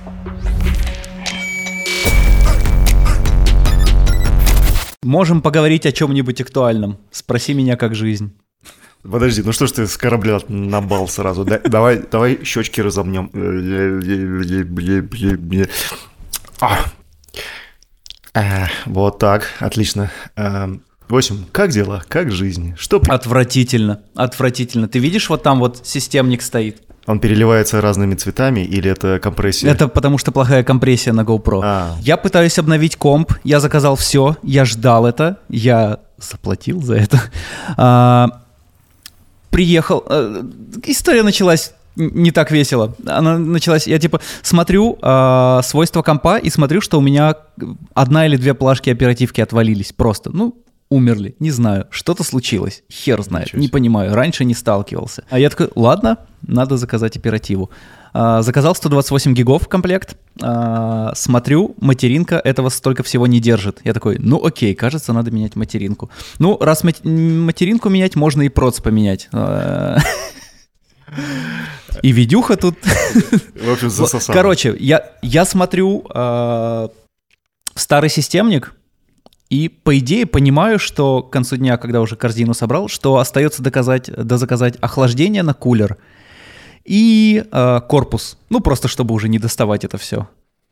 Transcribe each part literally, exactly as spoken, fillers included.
Можем поговорить о чем-нибудь актуальном. Спроси меня, как жизнь. Подожди, ну что ж ты с корабля на бал сразу? Да, давай, давай щечки разомнем. А. А, вот так, отлично. Восемь. Как дела? Как жизнь? Что? Отвратительно, отвратительно. Ты видишь, вот там вот системник стоит. Он переливается разными цветами или это компрессия? Это потому что плохая компрессия на GoPro. А. Я пытаюсь обновить комп, я заказал все, я ждал это, я заплатил за это. А, приехал, а, история началась не так весело. Она началась, я типа смотрю а, свойства компа и смотрю, что у меня одна или две плашки оперативки отвалились просто, ну, умерли, не знаю, что-то случилось, хер знает, не понимаю, раньше не сталкивался. А я такой, ладно, надо заказать оперативу. А, заказал сто двадцать восемь гигов в комплект, а, смотрю, материнка этого столько всего не держит. Я такой, ну окей, кажется, надо менять материнку. Ну, раз материнку менять, можно и проц поменять. И видюха тут. В общем, засосал. Короче, я, я смотрю э, старый системник и, по идее, понимаю, что к концу дня, когда уже корзину собрал, что остается доказать, дозаказать охлаждение на кулер и э, корпус. Ну, просто чтобы уже не доставать это все.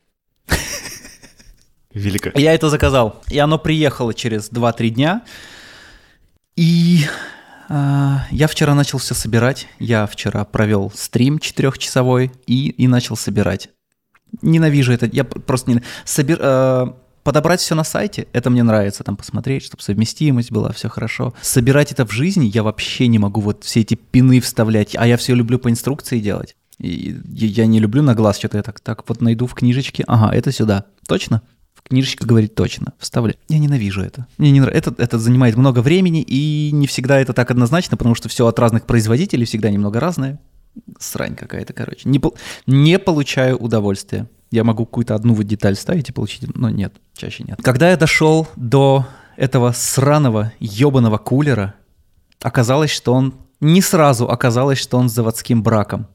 Велико. Я это заказал. И оно приехало через два-три дня. И... Я вчера начал все собирать, я вчера провел стрим четырехчасовой и, и начал собирать. Ненавижу это, я просто не... Собир... Подобрать все на сайте, это мне нравится, там посмотреть, чтобы совместимость была, все хорошо. Собирать это в жизни я вообще не могу, вот все эти пины вставлять, а я все люблю по инструкции делать. И я не люблю на глаз что-то, я так, так вот найду в книжечке, ага, это сюда, точно? Книжечка говорит точно, вставляй. Я ненавижу это. Мне не нравится. Это, это занимает много времени, и не всегда это так однозначно, потому что все от разных производителей всегда немного разное. Срань какая-то, короче. Не, не получаю удовольствия. Я могу какую-то одну вот деталь ставить и получить, но нет, чаще нет. Когда я дошел до этого сраного ебаного кулера, оказалось, что он... Не сразу оказалось, что он с заводским браком.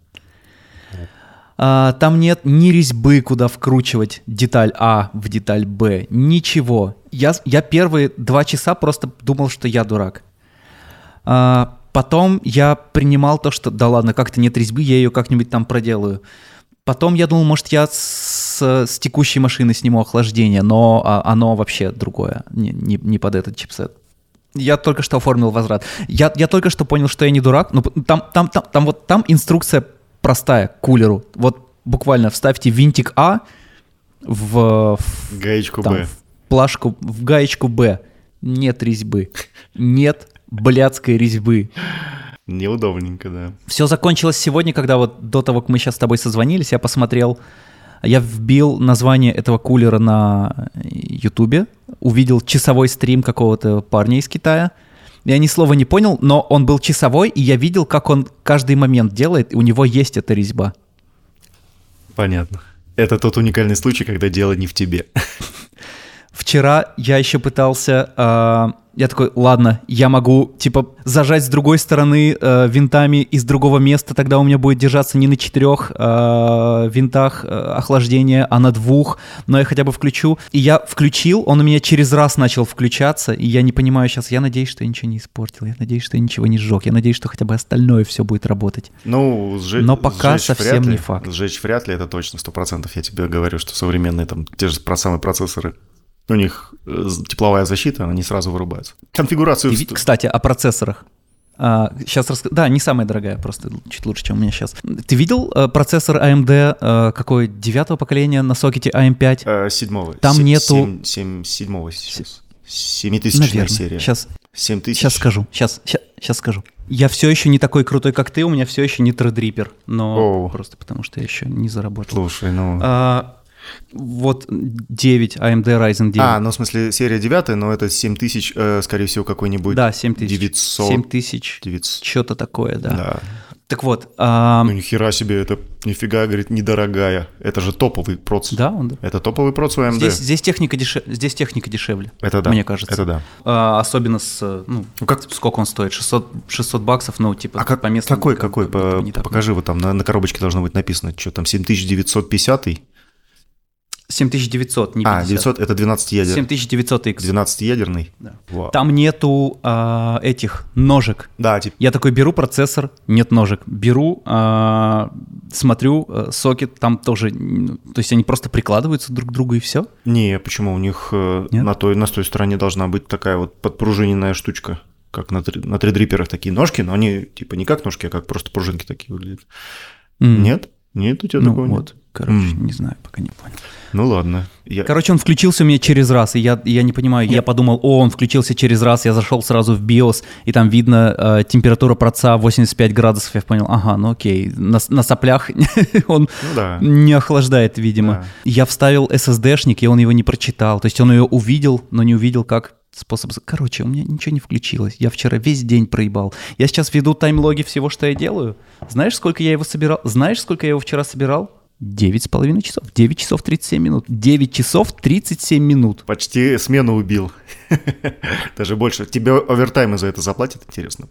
Там нет ни резьбы, куда вкручивать деталь А в деталь Б, ничего. Я, я первые два часа просто думал, что я дурак. А, потом я принимал то, что да ладно, как-то нет резьбы, я ее как-нибудь там проделаю. Потом я думал, может, я с, с текущей машины сниму охлаждение, но а, оно вообще другое, не, не, не под этот чипсет. Я только что оформил возврат. Я, я только что понял, что я не дурак, но там, там, там, там, вот, там инструкция простая к кулеру. Вот буквально вставьте винтик А в, в гаечку там, Б. В плашку, в гаечку Б. Нет резьбы. Нет блядской резьбы. Неудобненько, да. Все закончилось сегодня, когда вот до того, как мы сейчас с тобой созвонились, я посмотрел, я вбил название этого кулера на Ютубе, увидел часовой стрим какого-то парня из Китая. Я ни слова не понял, но он был часовой, и я видел, как он каждый момент делает, и у него есть эта резьба. Понятно. Это тот уникальный случай, когда дело не в тебе. Вчера я еще пытался... Э, я такой, ладно, я могу, типа, зажать с другой стороны э, винтами из другого места, тогда у меня будет держаться не на четырех э, винтах э, охлаждения, а на двух, но я хотя бы включу. И я включил, он у меня через раз начал включаться, и я не понимаю сейчас, я надеюсь, что я ничего не испортил, я надеюсь, что я ничего не сжег, я надеюсь, что хотя бы остальное все будет работать. Ну, сжечь, но пока совсем ли, не факт. Сжечь вряд ли, это точно, сто процентов я тебе говорю, что современные там те же самые процессоры, у них тепловая защита, они сразу вырубаются. Конфигурацию... И, кстати, о процессорах. А, сейчас рас... Да, не самая дорогая, просто чуть лучше, чем у меня сейчас. Ты видел а, процессор эй эм ди, а, какой, девятого поколения на сокете эй эм пять? А, седьмого. Там Сем, нету... Семь, семь, седьмого сейчас. Семитысячная серия. Сейчас, семь тысяч. Сейчас скажу, сейчас, сейчас, сейчас скажу. Я все еще не такой крутой, как ты, у меня все еще не Threadripper, но Оу. Просто потому что я еще не заработал. Слушай, ну... А, вот девять, эй эм ди Ryzen девять. А, ну в смысле серия девять, но это семь тысяч, э, скорее всего, какой-нибудь... Да, семь тысяч. девятьсот. семь тысяч, девятьсот. Что-то такое, да. Да. Так вот. А... Ну нихера себе, это нифига, говорит, недорогая. Это же топовый процессор. Да, он да. Это топовый процессор эй эм ди. Здесь, здесь, техника, дешев... здесь техника дешевле, это да. Мне кажется. Это да. А, особенно с, ну, ну как... сколько он стоит? шестьсот, шестьсот баксов, ну типа а как, по местному. Какой, какой? По, не покажи, вот там на, на коробочке должно быть написано, что там семь тысяч девятьсот пятьдесят. семь тысяч девятьсот, не А, пятьдесят. девятьсот это двенадцатиядерный. семь тысяч девятьсот икс. двенадцатиядерный? Да. Вау. Там нету а, этих ножек. Да, типа. Я такой беру процессор, нет ножек. Беру, а, смотрю, а, сокет, там тоже, ну, то есть они просто прикладываются друг к другу и все? Не, почему? У них э, Нет? на той, на той стороне должна быть такая вот подпружиненная штучка, как на, три- на тредриперах такие ножки, но они типа не как ножки, а как просто пружинки такие выглядят. М. Нет? Нет у тебя Ну такого вот, нет? короче, М. не знаю, пока не понял. Ну ладно. Я... Короче, он включился у меня через раз, и я, я не понимаю, я подумал, о, он включился через раз, я зашел сразу в BIOS, и там видно э, температура проца восемьдесят пять градусов, я понял, ага, ну окей, на, на соплях он Ну да. не охлаждает, видимо. Да. Я вставил эс эс ди-шник, и он его не прочитал, то есть он ее увидел, но не увидел, как способ... Короче, у меня ничего не включилось, я вчера весь день проебал. Я сейчас веду таймлоги всего, что я делаю. Знаешь, сколько я его собирал? Знаешь, сколько я его вчера собирал? Девять с половиной часов. Девять часов тридцать семь минут. Девять часов тридцать семь минут. Почти смену убил. Даже больше. Тебе овертаймы за это заплатят, интересно?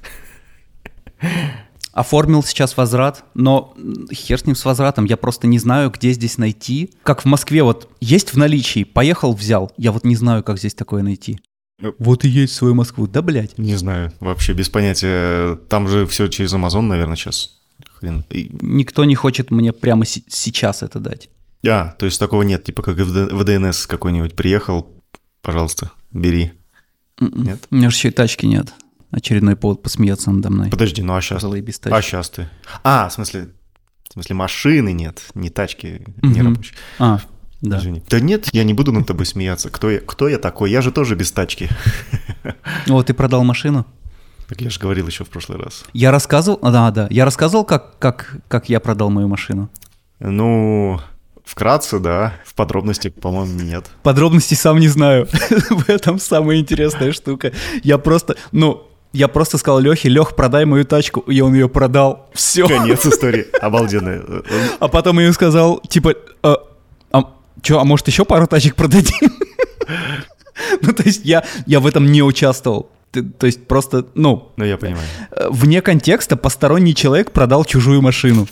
Оформил сейчас возврат, но хер с ним с возвратом. Я просто не знаю, где здесь найти. Как в Москве вот есть в наличии, поехал, взял. Я вот не знаю, как здесь такое найти. Ну, Вот и есть свою Москву. Да, блядь. Не знаю, вообще без понятия. Там же все через Amazon, наверное, сейчас. Хрен. И- Никто не хочет мне прямо си- сейчас это дать. А, то есть такого нет, типа как в Д- в ди эн эс какой-нибудь приехал, пожалуйста, бери. М-м. Нет? У меня же еще и тачки нет. Очередной повод посмеяться надо мной. Подожди, ну а сейчас? Заебись А тачки. сейчас ты? А, в смысле, в смысле машины нет, не тачки, не Мгм. рабочие. А, да. Извини. Да нет, я не буду над тобой смеяться. Кто я, кто я такой? Я же тоже без тачки. О, ты продал машину? Так я же говорил еще в прошлый раз. Я рассказывал, а, да, да, я рассказывал, как, как, как я продал мою машину. Ну, вкратце, да. В подробности, по-моему, нет. Подробностей сам не знаю. В этом самая интересная штука. Я просто, ну, я просто сказал Лехе, Лех, продай мою тачку, и он ее продал. Все. Конец истории. Обалденная. А потом я ему сказал, типа, а, а, чё, а может еще пару тачек продадим? Ну, то есть я, я в этом не участвовал. Ты- То есть просто, ну, Ну, я понимаю. э, вне контекста посторонний человек продал чужую машину.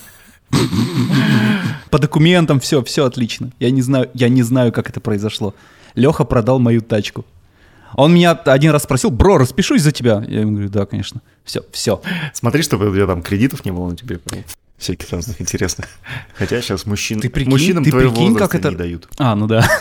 По документам все, все отлично. Я не знаю, я не знаю, как это произошло. Леха продал мою тачку. Он меня один раз спросил, бро, распишусь за тебя. Я ему говорю, да, конечно. Все, все. Смотри, чтобы у тебя там кредитов не было на тебе. прям Всяких разных интересных. Хотя сейчас мужчин, Ты прикинь, мужчинам ты твоего прикинь, как возраста это- не дают. А, ну да.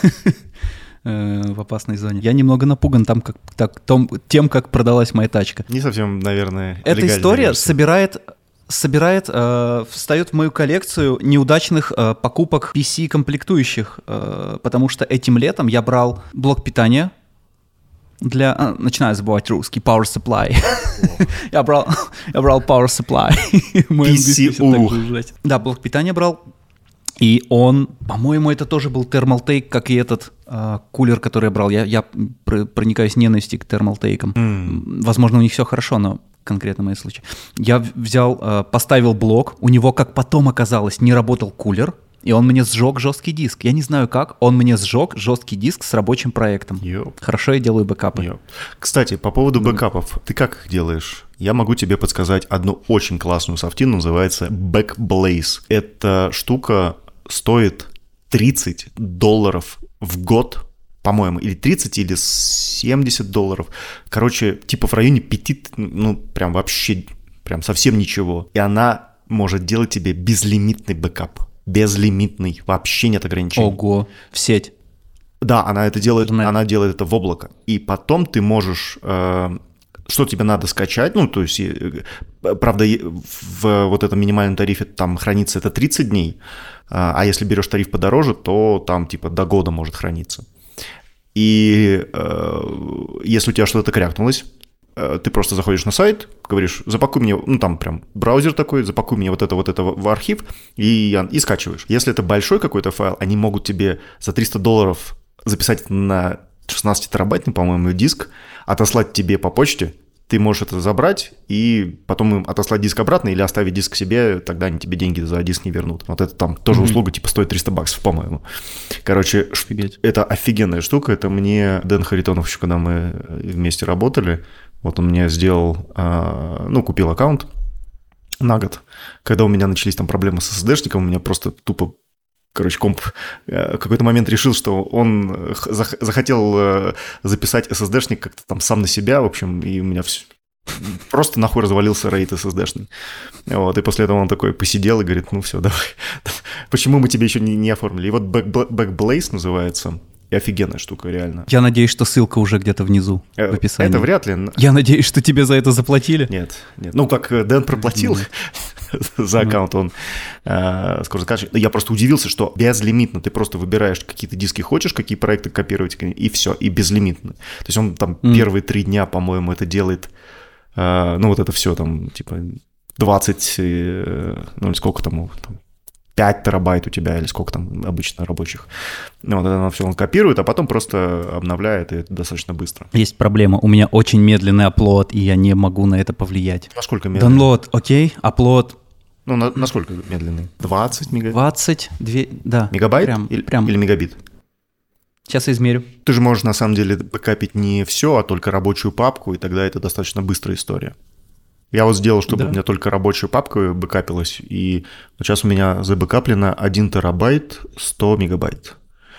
Э, В опасной зоне. Я немного напуган там, как, так, том- тем, как продалась моя тачка. Не совсем, наверное, Эта легальная история версия. собирает, собирает, э, встает в мою коллекцию неудачных э, покупок пи си-комплектующих, э, потому что этим летом я брал блок питания для... а, начинаю забывать русский, power supply. я, брал, я брал power supply. Мой английский всё так же ужасен. Да, блок питания брал. И он, по-моему, это тоже был Thermaltake, как и этот э, кулер, который я брал. Я, я пр- проникаюсь ненавистью к Thermaltake'ам. М. Возможно, у них все хорошо, но конкретно мой случай. Я в- взял, э, поставил блок, у него, как потом оказалось, не работал кулер, и он мне сжег жесткий диск. Я не знаю как, он мне сжег жесткий диск с рабочим проектом. Ёп. Хорошо, я делаю бэкапы. Ёп. Кстати, по поводу бэкапов. Ты как их делаешь? Я могу тебе подсказать одну очень классную софтину, называется Backblaze. Эта штука стоит тридцать долларов в год, по-моему, или тридцать, или семьдесят долларов. Короче, типа в районе пяти, ну, прям вообще, прям совсем ничего. И она может делать тебе безлимитный бэкап. Безлимитный, вообще нет ограничений. Ого, в сеть. Да, она это делает, Интернет. она делает это в облако. И потом ты можешь, э, что тебе надо скачать, ну, то есть, э, правда, е- в вот этом минимальном тарифе там хранится это тридцать дней, а а если берешь тариф подороже, то там типа до года может храниться. И э, если у тебя что-то крякнулось, э, ты просто заходишь на сайт, говоришь, запакуй мне, ну там прям браузер такой, запакуй мне вот это, вот это в в архив и, и скачиваешь. Если это большой какой-то файл, они могут тебе за триста долларов записать на шестнадцатитерабайтный, по-моему, диск, отослать тебе по почте, ты можешь это забрать и потом им отослать диск обратно или оставить диск себе, тогда они тебе деньги за диск не вернут. Вот это там тоже Мгм. услуга типа стоит триста баксов, по-моему. Короче, ш- Офигеть. это офигенная штука. Это мне Дэн Харитонов еще, когда мы вместе работали, вот он мне сделал, а, ну, купил аккаунт на год. Когда у меня начались там проблемы с эс эс ди-шником, у меня просто тупо короче, комп в какой-то момент решил, что он захотел записать эс эс ди-шник как-то там сам на себя, в общем, и у меня все... Просто нахуй развалился рейд эс эс ди-шный. Вот, и после этого он такой посидел и говорит, ну все, давай. Почему мы тебе еще не, не оформили? И вот Backblaze называется. И офигенная штука, реально. Я надеюсь, что ссылка уже где-то внизу в описании. Это вряд ли. Я надеюсь, что тебе за это заплатили. Нет, нет. Ну, как Дэн проплатил mm-hmm. за аккаунт, он э, скоро заканчивает. Я просто удивился, что безлимитно ты просто выбираешь, какие ты диски хочешь, какие проекты копировать, и все, и безлимитно. То есть он там mm. первые три дня, по-моему, это делает, э, ну, вот это все там, типа, двадцать, э, ну, сколько там, там пять терабайт у тебя, или сколько там обычно рабочих. Вот это все он копирует, а потом просто обновляет, и это достаточно быстро. Есть проблема. У меня очень медленный апплод, и я не могу на это повлиять. Насколько медленный? Download, окей, апплод. Ну, на, насколько медленный? двадцать мегабит? двадцать два, да. Мегабайт прям, или, прям. или мегабит? Сейчас я измерю. Ты же можешь, на самом деле, бэкапить не все, а только рабочую папку, и тогда это достаточно быстрая история. Я вот сделал, чтобы да. у меня только рабочая папка бэкапилась, и сейчас у меня забэкаплено один терабайт сто мегабайт.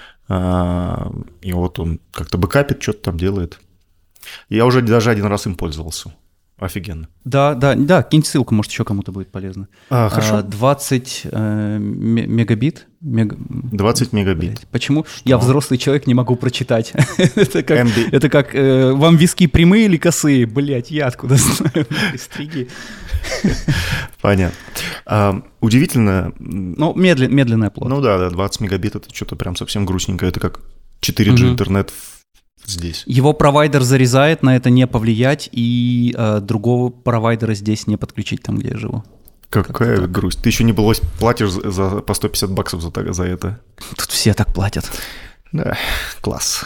И вот он как-то бэкапит, что-то там делает. Я уже даже один раз им пользовался. Офигенно. Да, да, да, кинь ссылку, может, еще кому-то будет полезно. А, хорошо. двадцать э, мегабит. Мег... двадцать мегабит. Блять, почему Что? я взрослый человек не могу прочитать? это как, это как э, вам виски прямые или косые? Блять, я откуда знаю? Стриги. Понятно. А, удивительно. Ну, медлен, медленный апплод. Ну да, да, двадцать мегабит это что-то прям совсем грустненько. Это как четыре джи угу. интернет здесь. Его провайдер зарезает, на это не повлиять, и э, другого провайдера здесь не подключить там, где я живу. Какая как грусть. Ты еще не было платишь за, за, по сто пятьдесят баксов за, за это. Тут все так платят. Да, класс.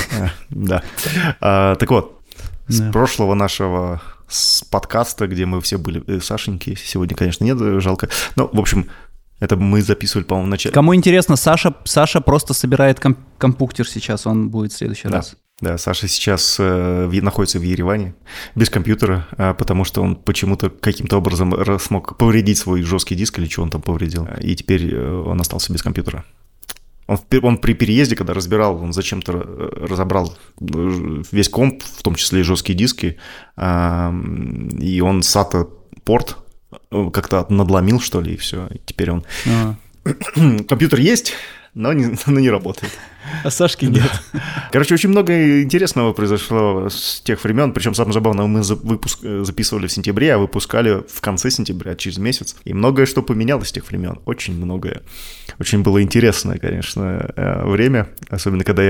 Да. Так вот, с прошлого нашего подкаста, где мы все были Сашеньки, сегодня, конечно, нет, жалко. Но, в общем, это мы записывали, по-моему, в начале. Кому интересно, Саша, Саша просто собирает комп- компьютер сейчас, он будет в следующий да. раз. Да, Саша сейчас э, находится в Ереване без компьютера, э, потому что он почему-то каким-то образом смог повредить свой жесткий диск или что он там повредил, и теперь э, он остался без компьютера. Он, он при переезде, когда разбирал, он зачем-то разобрал весь комп, в том числе и жесткие диски, э, и он сата-порт как-то надломил, что ли, и все, и теперь он... А. Компьютер есть, но не, но не работает. А Сашки нет. Короче, очень много интересного произошло с тех времен. Причем самое забавное, мы выпуск записывали в сентябре, а выпускали в конце сентября, через месяц. И многое что поменялось с тех времен. Очень многое. Очень было интересное, конечно, время. Особенно, когда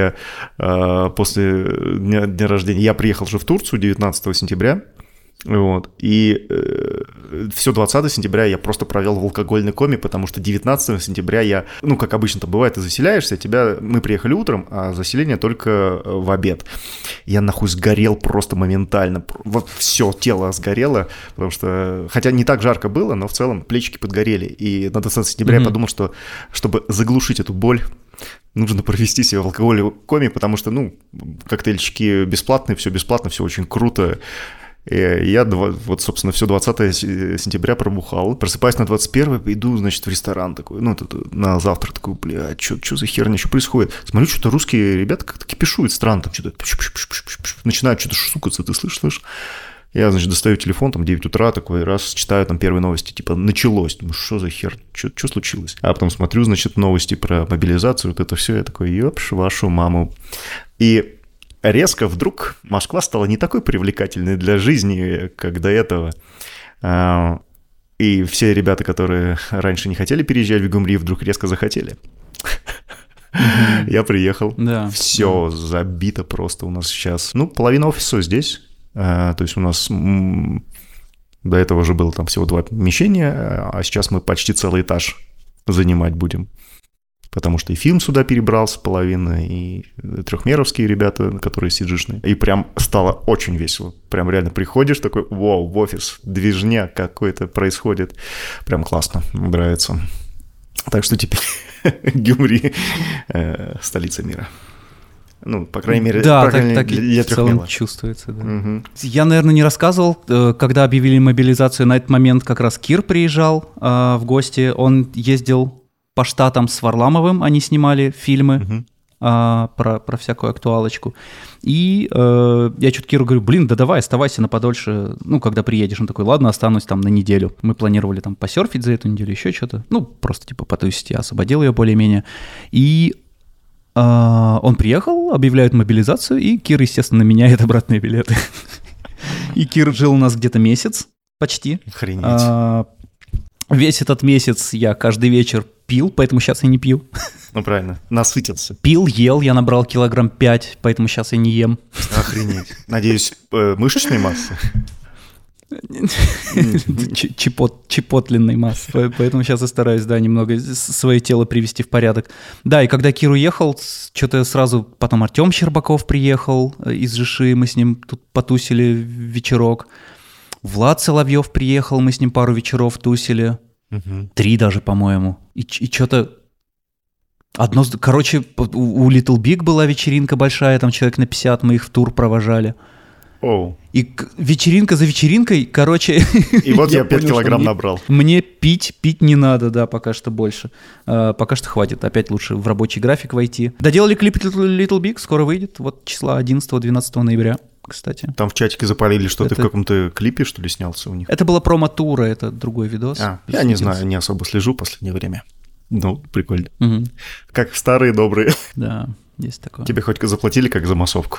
я после дня, дня рождения... Я приехал же в Турцию девятнадцатого сентября. Вот. И э, все двадцатого сентября я просто провел в алкогольной коме, потому что девятнадцатого сентября я, ну, как обычно-то бывает, ты заселяешься, тебя, мы приехали утром, а заселение только в обед. Я нахуй сгорел просто моментально, вот все тело сгорело, потому что, хотя не так жарко было, но в целом плечики подгорели. И на двадцатого сентября mm-hmm. я подумал, что чтобы заглушить эту боль, нужно провести себя в алкогольной коме, потому что, ну, коктейльчики бесплатные, все бесплатно, все очень круто. И я, вот, собственно, все двадцатого сентября пробухал. Просыпаюсь на двадцать первое, иду, значит, в ресторан такой, ну, на завтрак такой, бля, что за херня, что происходит? Смотрю, что-то русские ребята как-то кипишуют странно, там что-то начинают что-то шукаться, ты слышишь, слышишь? Я, значит, достаю телефон, там, девять утра, такой, раз, читаю там первые новости, типа, началось, думаю, что за хер, что случилось? А потом смотрю, значит, новости про мобилизацию, вот это все, я такой, ёпш, вашу маму. И... резко вдруг Москва стала не такой привлекательной для жизни, как до этого. И все ребята, которые раньше не хотели переезжать в Гюмри, вдруг резко захотели. Mm-hmm. Я приехал, да, все да. забито просто у нас сейчас. Ну, половина офиса здесь. То есть у нас до этого уже было там всего два помещения, а сейчас мы почти целый этаж занимать будем. Потому что и фильм сюда перебрался половина, и трехмеровские ребята, которые сиджишные. И прям стало очень весело. Прям реально приходишь такой, вау, в офис, движня какой-то происходит. Прям классно, нравится. Так что теперь Гюмри э, столица мира. Ну, по крайней мере, да, по крайней так, мере, так для трехмера чувствуется, да. Угу. Я, наверное, не рассказывал, когда объявили мобилизацию, на этот момент как раз Кир приезжал э, в гости, он ездил по штатам с Варламовым они снимали фильмы. Мгм. а, про, про всякую актуалочку. И э, я что-то Киру говорю, блин, да давай, оставайся на подольше, ну, когда приедешь. Он такой, ладно, останусь там на неделю. Мы планировали там посерфить за эту неделю, еще что-то. Ну, просто типа потусить, я освободил ее более-менее. И э, он приехал, объявляют мобилизацию, и Кир, естественно, меняет обратные билеты. И Кир жил у нас где-то месяц почти. Охренеть. А, Весь этот месяц я каждый вечер пил, поэтому сейчас я не пью. Ну, правильно, насытился. Пил, ел, я набрал килограмм пять, поэтому сейчас я не ем. Охренеть. Надеюсь, э, мышечной массы? Ч- Чепот, чепотленной массы. По- Поэтому сейчас я стараюсь, да, немного с- свое тело привести в порядок. Да, и когда Кир уехал, что-то сразу потом Артем Щербаков приехал э, из Жиши, мы с ним тут потусили вечерок. Влад Соловьев приехал, мы с ним пару вечеров тусили. Мгм. Три даже, по-моему. И, ч- и что-то... Одно... с- Короче, п- у у Little Big была вечеринка большая, там человек на пятьдесят, мы их в тур провожали. Оу. И к- вечеринка за вечеринкой, короче... И вот я пять понял, что килограмм мне- набрал. Мне пить, пить не надо, да, пока что больше. А, пока что хватит, опять лучше в рабочий график войти. Доделали клип Little, Little Big, скоро выйдет, вот числа одиннадцатого-двенадцатого ноября, кстати. Там в чатике запалили, что ты в Это- каком-то клипе, что ли, снялся у них? Это была промо-тура, это другой видос. А, я не знаю, не особо слежу в последнее время. Ну, прикольно. Мгм. Как старые добрые. Да, есть такое. Тебе хоть заплатили как за массовку?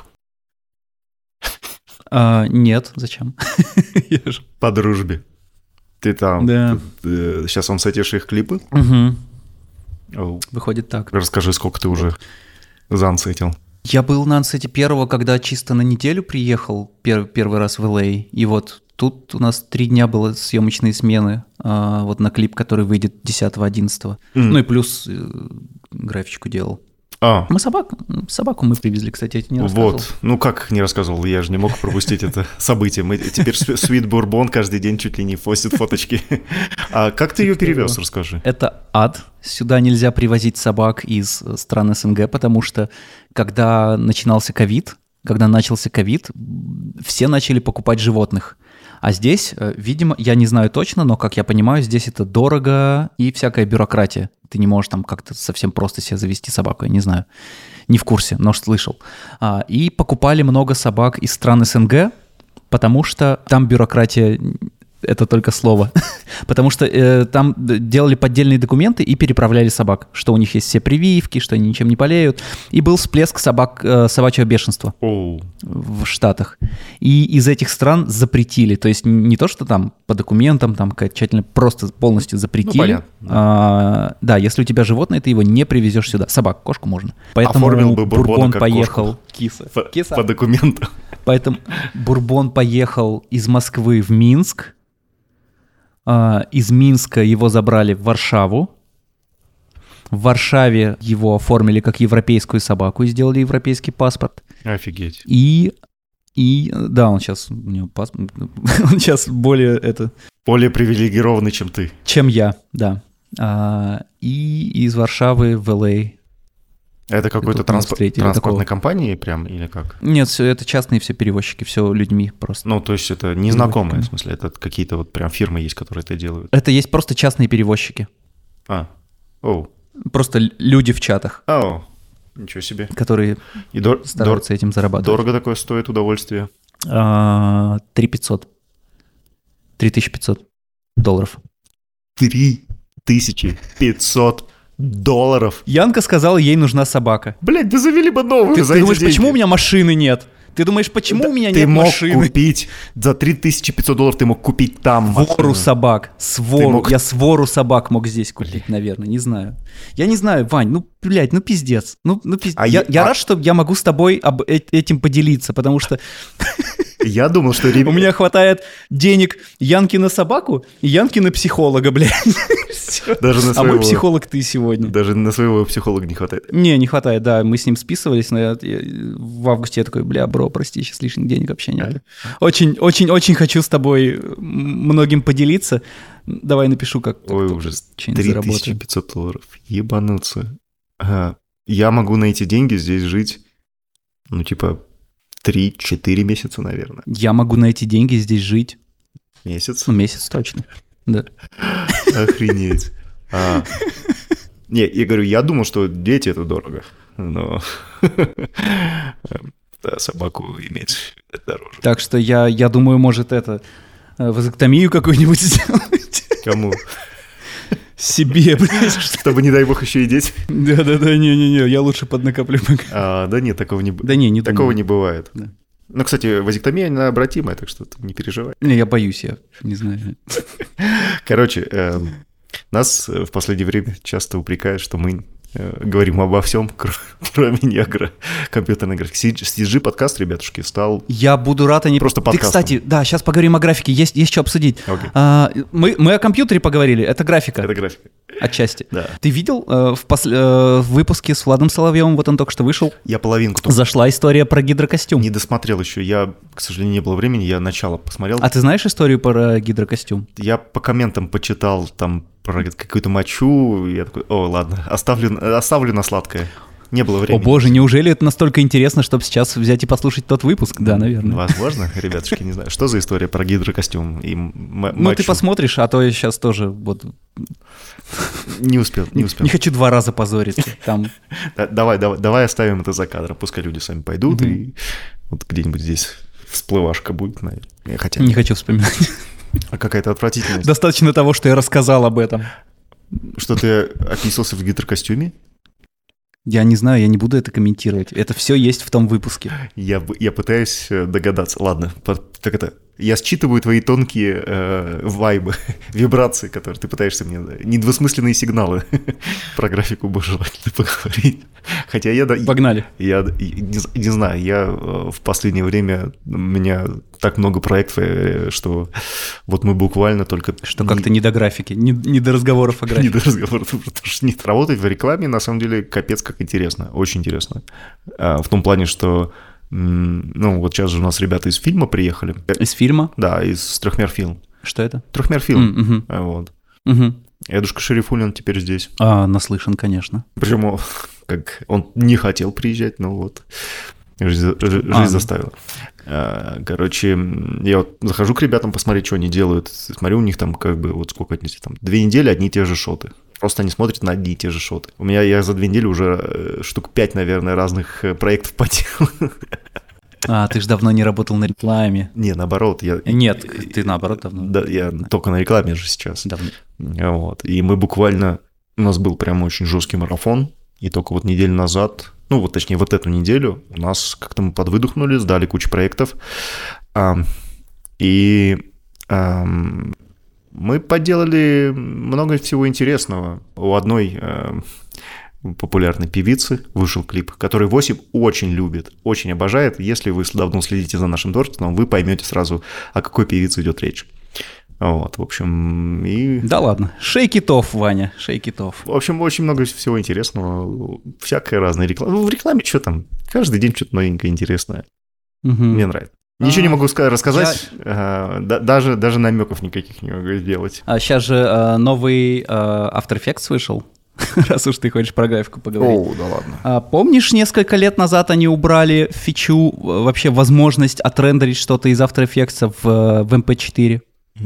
А, нет, зачем? Я же- По дружбе. Ты там... Да. Сейчас он сетишь их клипы? Мгм. Оу. Выходит так. Расскажи, сколько ты уже зансетил. Я был на ансете первого, когда чисто на неделю приехал пер- первый раз в Эл Эй. И вот тут у нас три дня было съемочные смены. а, вот на клип, который выйдет десятого-одиннадцатого. М. Ну и плюс э, графичку делал. А, Мы собак, собаку мы привезли, кстати, я тебе не рассказывал. вот. Ну, как не рассказывал, я же не мог пропустить это событие. Мы теперь Sweet Bourbon каждый день чуть ли не постит фоточки. А как ты ее перевез, расскажи. Это ад. Сюда нельзя привозить собак из э, стран Эс Эн Гэ, потому что когда начинался ковид, когда начался ковид, м, все начали покупать животных. А здесь, э, видимо, я не знаю точно, но, как я понимаю, здесь это дорого и всякая бюрократия. Ты не можешь там как-то совсем просто себе завести собаку, я не знаю. Не в курсе, но слышал. А, и покупали много собак из стран Эс Эн Гэ, потому что там бюрократия — это только слово. Потому что э, там д- делали поддельные документы и переправляли собак, что у них есть все прививки, что они ничем не болеют. И был всплеск собак, э, собачьего бешенства Оу. в Штатах. И из этих стран запретили. То есть не то, что там по документам, там как тщательно, просто полностью запретили. Ну, понятно, да. А, да, если у тебя животное, ты его не привезешь сюда. Собак, кошку можно. Поэтому Оформил бы Бурбона Бурбон как поехал. Киса. По, Киса. по документам. Поэтому Бурбон поехал из Москвы в Минск. А, из Минска его забрали в Варшаву. В Варшаве его оформили как европейскую собаку и сделали европейский паспорт. Офигеть. И, и да, он сейчас, у него паспорт, он сейчас более это, Более привилегированный, чем ты. чем я, да. А, и из Варшавы в Эл Эй. Это какой-то тут нас транспо- встретили транспортной такого. компании прям или как? Нет, все это частные все перевозчики, все людьми просто. Ну, то есть это незнакомые, Перевозчиками. в смысле, это какие-то вот прям фирмы есть, которые это делают. Это есть просто частные перевозчики. А, оу. Просто л- люди в чатах, Оу, ничего себе. которые И дор- дор- стараются этим зарабатывать. дорого такое стоит удовольствие. А, три пятьсот. три тысячи пятьсот долларов. три тысячи пятьсот долларов. Янка сказала, ей нужна собака. Блять, да завели бы новую Ты, за ты эти думаешь, деньги. почему у меня машины нет? Ты думаешь, почему Да у меня ты нет мог машины? купить за три тысячи пятьсот долларов, ты мог купить там Вору машину. собак. Свору. мог- Я свору собак мог здесь купить, наверное. Не знаю. Я не знаю, Вань, ну, блядь, ну пиздец. Ну, ну пиздец. А я я- я а- рад, что я могу с тобой об э- этим поделиться, потому что Я думал, что у ребята... меня хватает денег Янки на собаку и Янки на психолога, блядь. Всё. Даже на А мой своего- психолог ты сегодня. Даже на своего психолога не хватает. Не, не хватает, да, мы с ним списывались, но я- я- в августе я такой, бля, бро, прости, сейчас лишних денег вообще нет. Очень, очень, очень хочу с тобой м, многим поделиться. Давай напишу, как, как Ой, только ужас. что-нибудь три тысячи заработаю. пятьсот долларов. Ебануться. Ага. Я могу на эти деньги здесь жить, ну, типа, три-четыре месяца, наверное. Я могу на эти деньги здесь жить, Месяц? ну, месяц точно. Да. Охренеть. А, Не, я говорю, я думал, что дети это дорого, но собаку иметь дороже. Так что я, я думаю, может это вазэктомию какую-нибудь сделать. Кому? Себе, блядь. Чтобы, не дай бог, еще и дети. Да-да-да, не-не-не, я лучше поднакоплю пока. А, да нет, такого не, да не, не такого думаю. не бывает. Да. Ну, кстати, вазэктомия, она обратимая, так что ты не переживай. Не, я боюсь, я не знаю. Короче, э, нас в последнее время часто упрекают, что мы э, говорим обо всем, кроме негра компьютерной графики. си джи подкаст, ребятушки, стал... Я буду рад, они... Просто Ты, подкастом. кстати, да, сейчас поговорим о графике, есть, есть что обсудить. Okay. А, мы, мы о компьютере поговорили, это графика. Это графика. Отчасти. Да. Ты видел э, в, пос... э, в выпуске с Владом Соловьевым, вот он только что вышел, Я половинку только зашла история про гидрокостюм. не досмотрел еще. Я, к сожалению, не было времени, я начало посмотрел. А ты знаешь историю про гидрокостюм? Я по комментам почитал там про какую-то мочу, и я такой, о, ладно, оставлю, оставлю на сладкое. Не было времени. О боже, неужели это настолько интересно, чтобы сейчас взять и послушать тот выпуск? Да, наверное. Возможно, ребятушки, не знаю. Что за история про гидрокостюм и м- Ну, мочу? ты посмотришь, а то я сейчас тоже вот... Не успел, не успел. Не хочу два раза позориться. Там... Да, давай, давай, давай оставим это за кадром, пускай люди сами пойдут, mm-hmm. и вот где-нибудь здесь всплывашка будет, наверное. Хотя... Не хочу вспоминать. А какая-то отвратительность. Достаточно того, что я рассказал об этом. Что ты описался в гидрокостюме? Я не знаю, я не буду это комментировать. Это все есть в том выпуске. Я, я пытаюсь догадаться. Ладно, так это... Я считываю твои тонкие э, вайбы, вибрации, которые ты пытаешься мне... Недвусмысленные сигналы про графику бы желательно поговорить. Хотя я... Погнали. Я, я не, не знаю, я в последнее время... У меня так много проектов, что вот мы буквально только... Что как-то не до графики, не, не до разговоров о графике. Не до разговоров, потому что нет. Работать в рекламе, на самом деле, капец как интересно. Очень интересно. А, в том плане, что... Ну, вот сейчас же у нас ребята из фильма приехали. Из фильма? Да, из Трехмер фильм. Что это? Трехмер фильм. Mm-hmm. Вот. Mm-hmm. Эдушка Шерифуллин теперь здесь. А, наслышан, конечно. Причем он, как, он не хотел приезжать, но вот жизнь, жизнь а, заставила. А, короче, я вот захожу к ребятам посмотреть, что они делают. Смотрю, у них там как бы вот сколько отнести, там две недели одни и те же шоты. Просто они смотрят на одни и те же шоты. У меня я за две недели уже штук пять, наверное, разных проектов поделал. А, ты же давно не работал на рекламе. Не, наоборот. Я... Нет, ты наоборот давно. Да, я только на рекламе же сейчас. Давно. Вот. И мы буквально... У нас был прям очень жесткий марафон. И только вот неделю назад, ну вот точнее вот эту неделю, у нас как-то мы подвыдохнули, сдали кучу проектов. А, и... А, мы поделали много всего интересного. У одной э, популярной певицы вышел клип, который восемь очень любит, очень обожает. Если вы давно следите за нашим творчеством, вы поймете сразу, о какой певице идет речь. Вот, в общем, и... Да ладно, shake it off, Ваня, shake it off. В общем, очень много всего интересного, всякая разная реклама. Ну, в рекламе что там, каждый день что-то новенькое, интересное. Угу. Мне нравится. Ничего а, не могу рассказать, я... э, даже, даже намеков никаких не могу сделать. А сейчас же э, новый э, After Effects вышел, раз уж ты хочешь про графику поговорить. О, да ладно. А, помнишь, несколько лет назад они убрали фичу, вообще возможность отрендерить что-то из After Effects в, в эм пи четыре?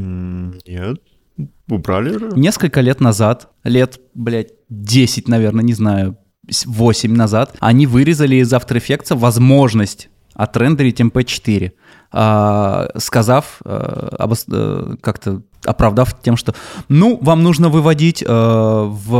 Нет, убрали? Несколько лет назад, лет, блядь, десять, наверное, не знаю, восемь назад, они вырезали из After Effects возможность отрендерить эм пи четыре, а, сказав, а, обос... как-то оправдав тем, что ну, вам нужно выводить а, в...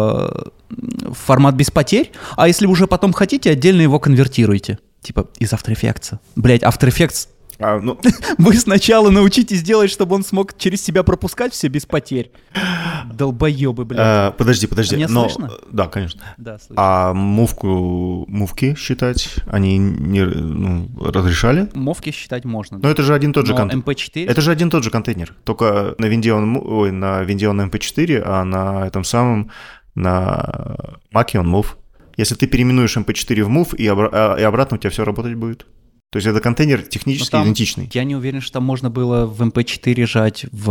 в формат без потерь, а если уже потом хотите, отдельно его конвертируйте. Типа из After Effects. Блять, After Effects. А, ну... Вы сначала научитесь делать, чтобы он смог через себя пропускать все без потерь. Долбоебы, блядь. А, подожди, подожди. А меня но... слышно? Да, конечно. Да, слышно. А мувку, мувки считать, они не ну, разрешали? Мувки считать можно. Но да. Это же один и тот же контейнер. эм пи четыре? Это же один и тот же контейнер. Только на винде он, ой, на винде он эм пи четыре, а на этом самом, на Маке он мув. Если ты переименуешь эм пи четыре в мув, и, обра- и обратно у тебя все работать будет. То есть это контейнер технически там, идентичный. Я не уверен, что там можно было в эм пи четыре жать в,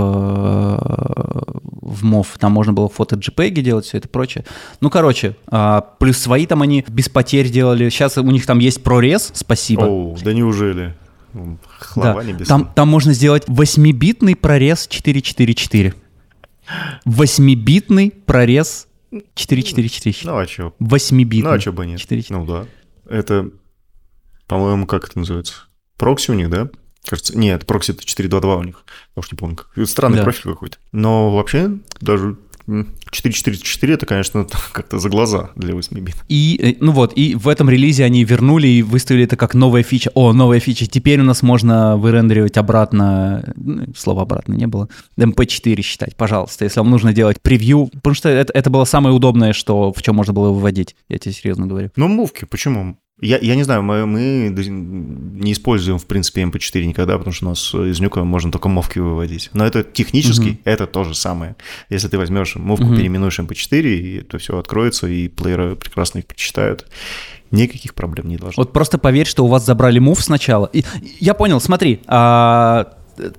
в мов. Там можно было фото джей пи джи делать, все это прочее. Ну, короче, плюс свои там они без потерь делали. Сейчас у них там есть прорез, спасибо. О, да неужели? Хлова да. небесная. Там, там можно сделать восьмибитный прорез четыреста четырьдесят четыре. восьмибитный прорез четыре четыре четыре. Ну, а что? восьмибитный. Ну, а что бы нет? четыре четыре. Ну, да. Это, по-моему, как это называется? Прокси у них, да? Кажется, нет, прокси это четыре два два у них. Я уж не помню. Как. Странный да. профиль какой-то. Но вообще даже четыре четыре четыре это, конечно, как-то за глаза для восьми бит. И, ну вот, и в этом релизе они вернули и выставили это как новая фича. О, новая фича, теперь у нас можно вырендеривать обратно, слова обратно не было, эм пи четыре считать, пожалуйста, если вам нужно делать превью, потому что это, это было самое удобное, что, в чем можно было выводить, я тебе серьезно говорю. Ну, мувки, почему? Я, я не знаю, мы, мы не используем, в принципе, эм пи четыре никогда, потому что у нас из нюка можно только мовки выводить. Но это технически, mm-hmm. это то же самое. Если ты возьмешь мовку, mm-hmm. переименуешь эм пи четыре, и это все откроется, и плееры прекрасно их прочитают. Никаких проблем не должно. Вот просто поверь, что у вас забрали мув сначала. И, я понял, смотри, а...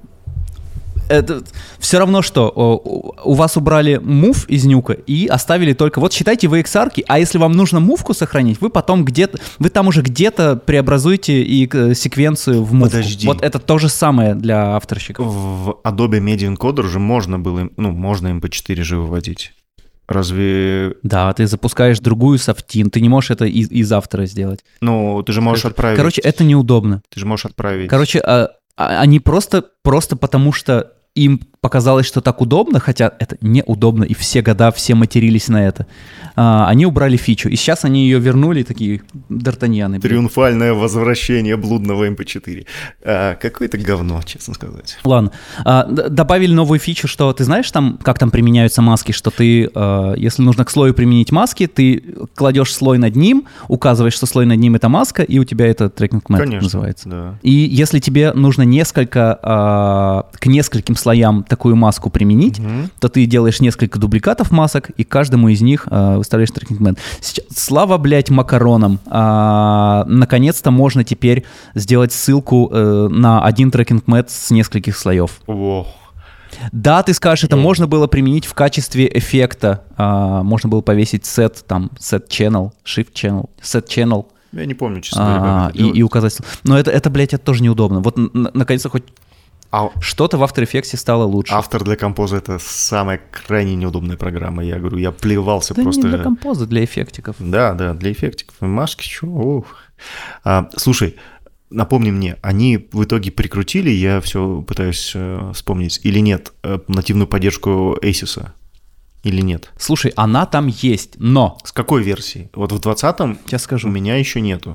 это все равно, что у вас убрали move из нюка и оставили только... Вот считайте вы икс ар-ки, а если вам нужно мувку сохранить, вы потом где-то... Вы там уже где-то преобразуете и секвенцию в мувку. Подожди. Вот это то же самое для авторщиков. В Adobe Media Encoder же можно было... Ну, можно эм пи четыре же выводить. Разве... Да, ты запускаешь другую софтин, ты не можешь это из, из автора сделать. Ну, ты же можешь отправить... Короче, это неудобно. Ты же можешь отправить... Короче, а, а, они просто, просто потому что им показалось, что так удобно, хотя это неудобно, и все года все матерились на это. А, они убрали фичу, и сейчас они ее вернули, такие д'Артаньяны. Триумфальное возвращение блудного эм пи четыре. А, какое-то говно, честно сказать. Ладно. А, д- добавили новую фичу, что ты знаешь, там, как там применяются маски, что ты, а, если нужно к слою применить маски, ты кладешь слой над ним, указываешь, что слой над ним — это маска, и у тебя это трекинг мэтод называется. Да. И если тебе нужно несколько, а, к нескольким слоям такую маску применить, mm-hmm. то ты делаешь несколько дубликатов масок, и каждому из них а, выставляешь трекинг мэтод. Сейчас, слава, блядь, макаронам. А, наконец-то можно теперь сделать ссылку а, на один трекинг мэтод с нескольких слоев. Wow. Да, ты скажешь, это wow. можно было применить в качестве эффекта. А, можно было повесить set, там, set channel, shift channel, set channel. Я не помню, честно говоря. А, и, и указать. Но это, это, блядь, это тоже неудобно. Вот, н- наконец-то, хоть А... что-то в After Effects стало лучше. Автор для композа — это самая крайне неудобная программа. Я говорю, я плевался да просто. Не для композа, для эффектиков. Да, да, для эффектиков. Маски, чё? А, слушай, напомни мне, они в итоге прикрутили, я все пытаюсь э, вспомнить, или нет, э, нативную поддержку Asus? Или нет? Слушай, она там есть, но... С какой версии? Вот в двадцатом Сейчас скажу. У меня еще нету.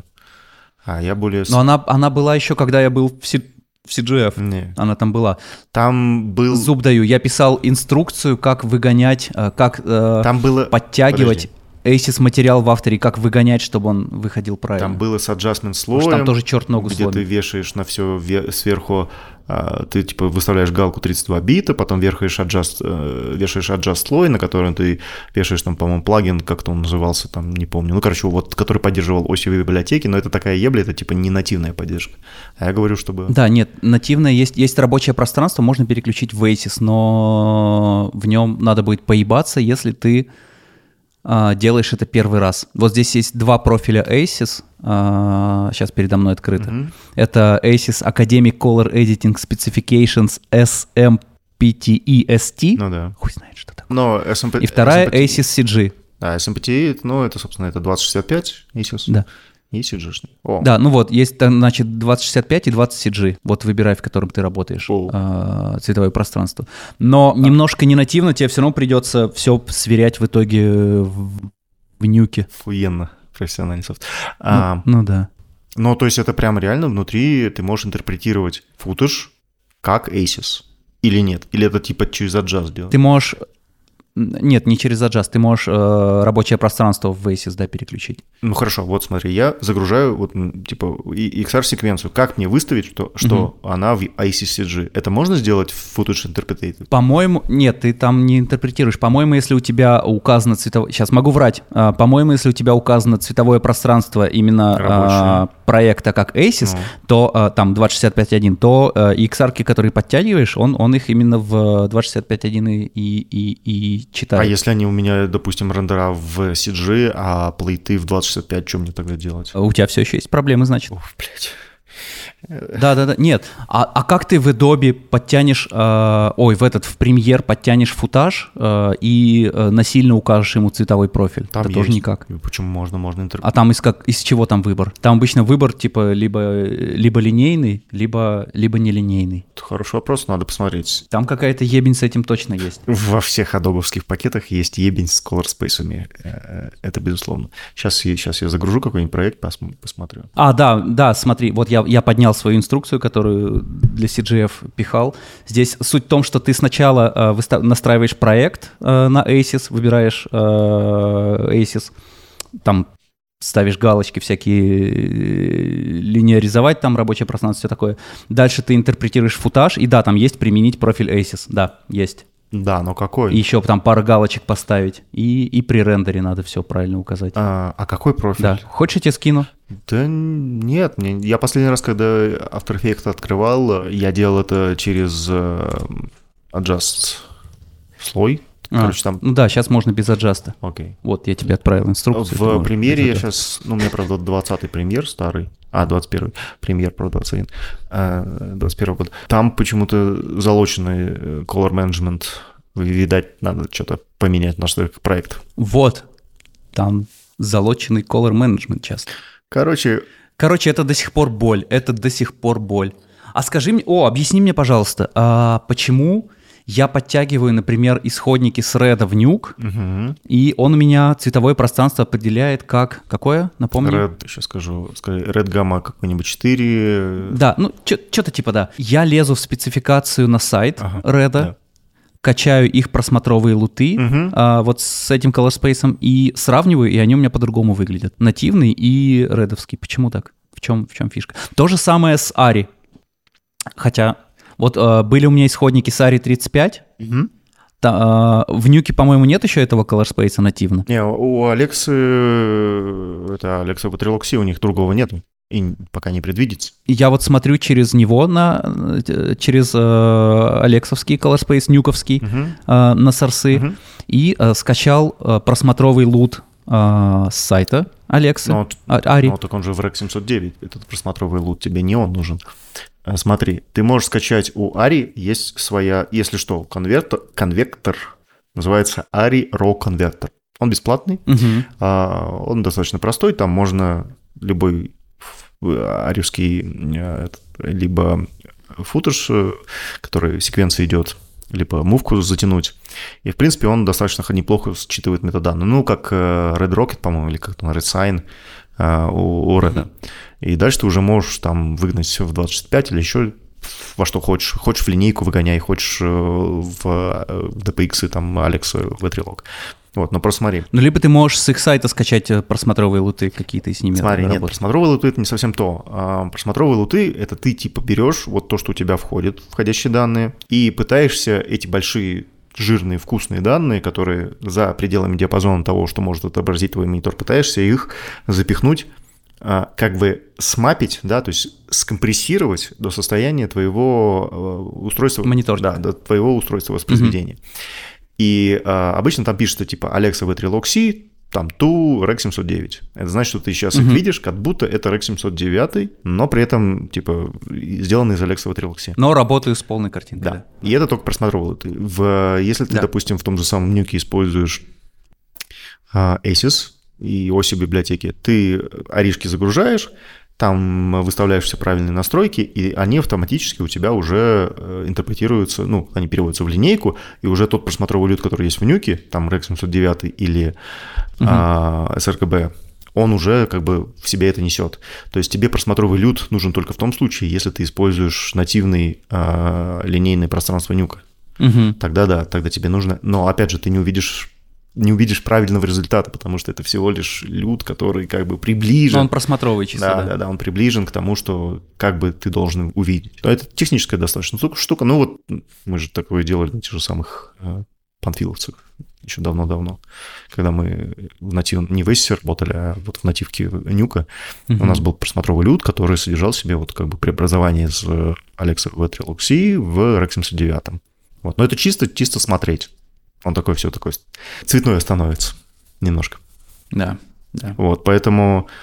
А я более... Но она, она была еще, когда я был в, C, в си джи эф. Не. Она там была. Там был... Зуб даю. Я писал инструкцию, как выгонять, как э, там было... подтягивать Asus материал в авторе, как выгонять, чтобы он выходил правильно. Там было с adjustment слоем. Потому что там тоже черт ногу где сломит. Ты вешаешь на все сверху, ты типа выставляешь галку тридцать два бита, потом вешаешь adjust, вешаешь adjust слой, на котором ты вешаешь там, по-моему, плагин, как-то он назывался, там, не помню. Ну, короче, вот, который поддерживал осевые библиотеки, но это такая ебля, это типа не нативная поддержка. А я говорю, чтобы... Да, нет, нативное есть, есть рабочее пространство, можно переключить в Asus, но в нем надо будет поебаться, если ты а, делаешь это первый раз. Вот здесь есть два профиля Asus, а, сейчас передо мной открыто. Mm-hmm. Это Asus Academic Color Editing Specifications эс эм пи ти и эс ти. Ну да. Хуй знает, что такое. Но эс эм пи... И вторая эс эм пи... Asus си джи. Да, эс эм пи ти, ну это, собственно, это двадцать шестьдесят пять Asus. Да. И си джи-шный. О. Да, ну вот, есть, значит, двадцать шестьдесят пять и двадцать си джи. Вот выбирай, в котором ты работаешь, э, цветовое пространство. Но а. немножко не нативно, тебе все равно придется все сверять в итоге в, в нюке. Охуенно, профессиональный софт. Ну, а, ну да. Ну, то есть это прям реально внутри ты можешь интерпретировать футаж как Asus или нет? Или это типа через Adjust делать? Ты можешь... Нет, не через Adjust, ты можешь э, рабочее пространство в Asus, да, переключить. Ну хорошо, вот смотри, я загружаю вот типа икс ар-секвенцию. Как мне выставить, что, что uh-huh. она в ай си си джи? Это можно сделать в Footage Interpreted? По-моему, нет, ты там не интерпретируешь. По-моему, если у тебя указано цветовое... Сейчас могу врать. А, по-моему, если у тебя указано цветовое пространство именно а, проекта как Asus, ну. то а, там двадцать шестьдесят пять точка один, то а, икс ар-ки, которые подтягиваешь, он, он их именно в двадцать шестьдесят пять точка один и, и, и читает. А если они у меня, допустим, рендера в си джи, а плейты в двадцать шестьдесят пять, что мне тогда делать? У тебя все еще есть проблемы, значит. Уф, блядь. Да-да-да, нет. А, а как ты в Adobe подтянешь, э, ой, в этот, в Premiere подтянешь футаж э, и э, насильно укажешь ему цветовой профиль? Там Это есть. тоже никак. Почему можно, можно интер... А там из, как, из чего там выбор? Там обычно выбор типа либо, либо линейный, либо, либо нелинейный. Это хороший вопрос, надо посмотреть. Там какая-то ебень с этим точно есть. Во всех адобовских пакетах есть ебень с колорспейсами. Это безусловно. Сейчас, сейчас я загружу какой-нибудь проект, посмотрю. А, да, да, смотри, вот я, я поднял свою инструкцию, которую для си джи эф пихал. Здесь суть в том, что ты сначала э, выстав... настраиваешь проект э, на Aces, выбираешь э, Aces, там ставишь галочки всякие, линеаризовать там рабочее пространство, все такое. Дальше ты интерпретируешь футаж, и да, там есть применить профиль Aces, да, есть. Да, но какой? И еще там пара галочек поставить, и, и при рендере надо все правильно указать. А, а какой профиль? Да, хочешь, я тебе скину? Да нет, мне... я последний раз, когда After Effects открывал, я делал это через uh, Adjust слой. Короче, а, там... Ну да, сейчас можно без аджаста. Окей. Вот, я тебе отправил инструкцию. В премьере я сейчас, ну, у меня, правда, двадцатый премьер старый, а, двадцать первый премьер, правда, двадцать один, двадцать первого года. Там почему-то залоченный color management, видать, надо что-то поменять на что проект. Вот, там залоченный color management часто. Короче... Короче, это до сих пор боль, это до сих пор боль. А скажи мне, о, объясни мне, пожалуйста, а почему... Я подтягиваю, например, исходники с Red в Nuke, угу. и он у меня цветовое пространство определяет как... Какое? Напомни. Red, сейчас скажу, Red Gamma какой-нибудь четыре. Да, ну, что-то типа, да. Я лезу в спецификацию на сайт ага, Red, да. Качаю их просмотровые луты угу. а, вот с этим color-space и сравниваю, и они у меня по-другому выглядят. Нативный и редовский. Почему так? В чем, в чем фишка? То же самое с Ари. Хотя... Вот э, были у меня исходники с Ари тридцать пять. Угу. Та, э, в Нюке, по-моему, нет еще этого color-space нативно. Не, у Алексы, это Алекса Батрилокси, у них другого нету. И пока не предвидится. Я вот смотрю через него, на, через э, алексовский color-space, нюковский, угу. э, на сорсы, угу. и э, скачал э, просмотровый лут э, с сайта Алексы, но, Ари. Ну, так он же в рек семьсот девять, этот просмотровый лут, тебе не он нужен. Смотри, ты можешь скачать у Ари, есть своя, если что, конвертер, конвектор, называется Ари Raw Converter. Он бесплатный, угу. он достаточно простой, там можно любой ариевский либо футаж, который секвенция идет, либо мувку затянуть. И, в принципе, он достаточно неплохо считывает метаданные. Ну, как Red Rocket, по-моему, или как там Red Sign у, у Red. Mm-hmm. И дальше ты уже можешь там выгнать все в двадцать шестьдесят пять или еще во что хочешь. Хочешь в линейку выгоняй, хочешь в ди пи экс, там, Alexa, в Verilog. Вот, но просто смотри. Ну, либо ты можешь с их сайта скачать просмотровые луты какие-то и с ними Смотри, работать. нет, просмотровые луты — это не совсем то. А просмотровые луты — это ты типа берешь вот то, что у тебя входит, входящие данные, и пытаешься эти большие жирные, вкусные данные, которые за пределами диапазона того, что может отобразить твой монитор, пытаешься их запихнуть, как бы смапить, да, то есть скомпрессировать до состояния твоего устройства. Монитор. Да, до твоего устройства воспроизведения. Mm-hmm. И а, обычно там пишется типа Alexa Verilog, там ту рек семьсот девять. Это значит, что ты сейчас mm-hmm. их видишь, как будто это рек семьсот девять, но при этом типа сделаны из Alexa Verilog. Но работаю с полной картинкой. Да. да. И это только просмотровал ты. В, если ты, да. допустим, в том же самом Нюке используешь а, Aces и оси библиотеки, ты аришки загружаешь, там выставляешь все правильные настройки, и они автоматически у тебя уже интерпретируются, ну, они переводятся в линейку, и уже тот просмотровый лют, который есть в Нюке, там рек семьсот девять или угу. а, эс эр ка би, он уже как бы в себе это несет. То есть тебе просмотровый лют нужен только в том случае, если ты используешь нативный а, линейное пространство Нюка. Угу. Тогда да, тогда тебе нужно, но опять же ты не увидишь не увидишь правильного результата, потому что это всего лишь лют, который как бы приближен. Но он просмотровый чисто, да, да. Да, да, он приближен к тому, что как бы ты должен увидеть. Но это техническая достаточно штука. Ну вот мы же такое делали на тех же самых э, панфиловцах еще давно-давно, когда мы в натив... не в Aces работали, а вот в нативке Нюка. Uh-huh. У нас был просмотровый лют, который содержал в себе вот как бы преобразование из Alexa Verilog в рек семьсот девять. Вот. Но это чисто, чисто смотреть. Он такой все такой цветное становится немножко. Да, да. Вот, поэтому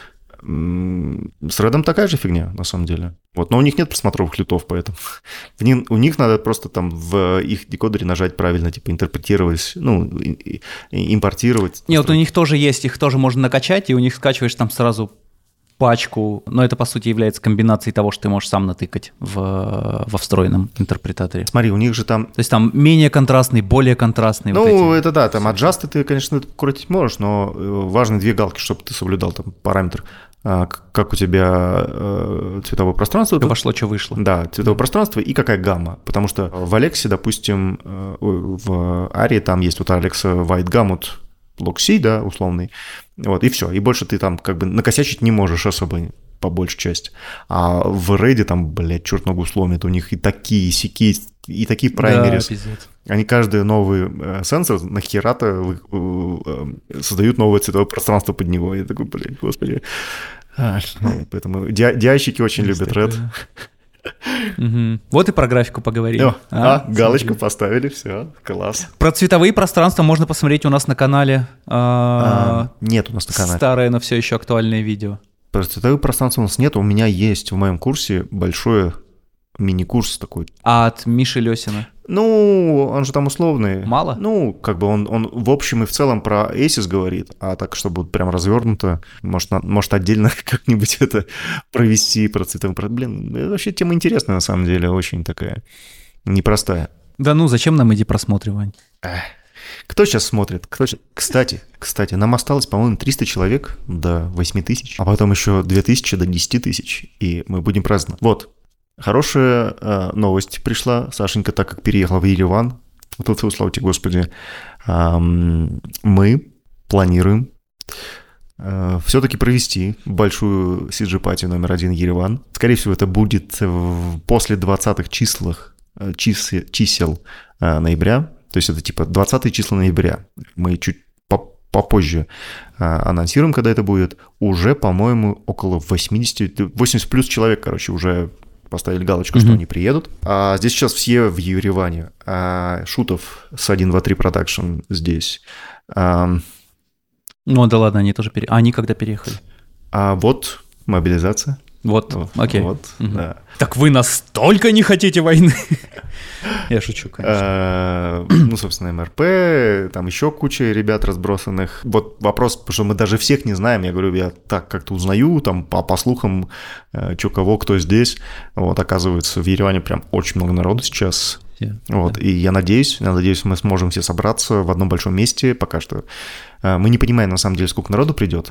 С Редом такая же фигня, на самом деле. Вот, но у них нет просмотровых лютов, поэтому в них, у них надо просто там в их декодере нажать правильно, типа интерпретировать, ну, импортировать. Нет, вот у них тоже есть, их тоже можно накачать, и у них скачиваешь там сразу пачку, но это, по сути, является комбинацией того, что ты можешь сам натыкать в, во встроенном интерпретаторе. Смотри, у них же там... То есть там менее контрастный, более контрастный. Ну, вот это да, там аджасты ты, конечно, крутить можешь, но важны две галки, чтобы ты соблюдал там параметр, как у тебя цветовое пространство. Что вошло, что вышло. Да, цветовое пространство и какая гамма. Потому что в Алексе, допустим, в Арии там есть вот Alexa White Gamut, Loxi, да, условный, вот, и все, и больше ты там как бы накосячить не можешь особо, по большей части, а в Red там, блядь, черт ногу сломит, у них и такие сяки, и такие праймерис, да, они каждый новый э, сенсор нахера-то э, э, создают новое цветовое пространство под него, я такой, блядь, господи, а, поэтому ди- диайщики очень есть любят Red. Угу. Вот и про графику поговорили. О, а, а, галочку смотри. Поставили, все, класс. Про цветовые пространства можно посмотреть у нас на канале. А, а, нет у нас на канале. Старое, но все еще актуальное видео. Про цветовые пространства у нас нет, у меня есть в моем курсе большой мини-курс такой. А от Миши Лёсина? Ну, он же там условный. Мало? Ну, как бы он, он в общем и в целом про эйсис говорит, а так, чтобы прям развернуто, может, на, может отдельно как-нибудь это провести про цветовые пространства. Блин, это вообще тема интересная на самом деле, очень такая непростая. Да ну, зачем нам эти просмотривания? Кто сейчас смотрит? Кто... Кстати, кстати, нам осталось, по-моему, триста человек до восемь тысяч, а потом еще две тысячи до десять тысяч, и мы будем праздновать. Вот. Хорошая э, новость пришла. Сашенька, так как переехала в Ереван, вот это, слава тебе, Господи, э, мы планируем э, все-таки провести большую си джи-пати номер один Ереван. Скорее всего, это будет в, после двадцатых числах, э, чисел, чисел э, ноября. То есть это типа двадцатые числа ноября. Мы чуть попозже э, анонсируем, когда это будет. Уже, по-моему, около восемьдесят, восемьдесят плюс человек, короче, уже... поставили галочку, mm-hmm. что они приедут. А здесь сейчас все в Ереване. А Шутов с один два три Production здесь. А... Ну да ладно, они тоже переехали. А они когда переехали? А вот мобилизация. Вот, вот окей. Вот, угу. Да. Так вы настолько не хотите войны? Я шучу, конечно. Ну, собственно, эм эр пэ, там еще куча ребят разбросанных. Вот вопрос, потому что мы даже всех не знаем. Я говорю, я так как-то узнаю, там, по, по слухам, что кого, кто здесь. Вот, оказывается, в Ереване прям очень много народу сейчас. Yeah, вот, yeah. И я надеюсь, я надеюсь, мы сможем все собраться в одном большом месте. Пока что мы не понимаем, на самом деле, сколько народу придет.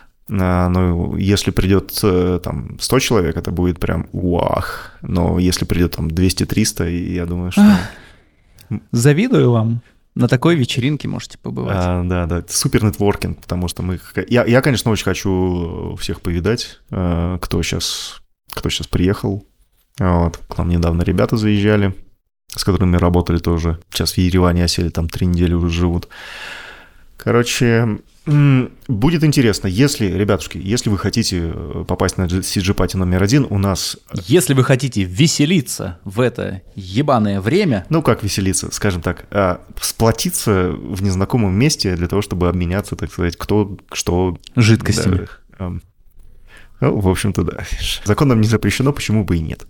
Но если придет там сто человек, это будет прям уах. Но если придет там двести-триста, я думаю, что... Завидую вам. На такой вечеринке можете побывать. А, да, да, супер нетворкинг, потому что мы... Я, я, конечно, очень хочу всех повидать, кто сейчас, кто сейчас приехал. Вот. К нам недавно ребята заезжали, с которыми работали тоже. Сейчас в Ереване осели, там три недели уже живут. Короче... Будет интересно, если, ребятушки, если вы хотите попасть на си джи-пати номер один, у нас... Если вы хотите веселиться в это ебаное время... Ну, как веселиться, скажем так, сплотиться в незнакомом месте для того, чтобы обменяться, так сказать, кто, что... Жидкостями. Да. Ну, в общем-то, да. Законом не запрещено, почему бы и нет.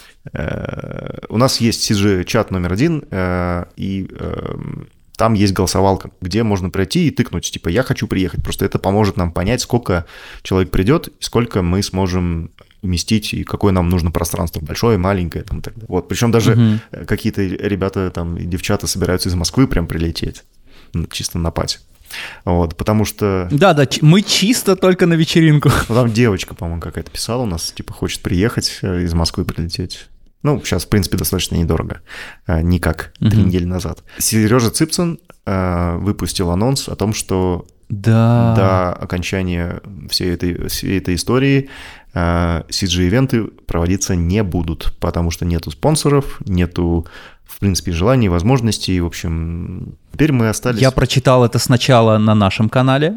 У нас есть си джи-чат номер один, и... Там есть голосовалка, где можно прийти и тыкнуть, типа, я хочу приехать. Просто это поможет нам понять, сколько человек придет, сколько мы сможем уместить, и какое нам нужно пространство, большое, маленькое, там, и так далее. Вот, причем даже угу. какие-то ребята, там, и девчата собираются из Москвы прям прилететь, чисто на пати. Вот, потому что... Да-да, мы чисто только на вечеринку. Ну, там девочка, по-моему, какая-то писала у нас, типа, хочет приехать из Москвы прилететь. Ну, сейчас, в принципе, достаточно недорого. Не как три uh-huh. недели назад. Сережа Цыпцин э, выпустил анонс о том, что да. до окончания всей этой, всей этой истории э, си джи-ивенты проводиться не будут, потому что нету спонсоров, нету в принципе, желаний, возможностей. В общем, теперь мы остались... Я прочитал это сначала на нашем канале,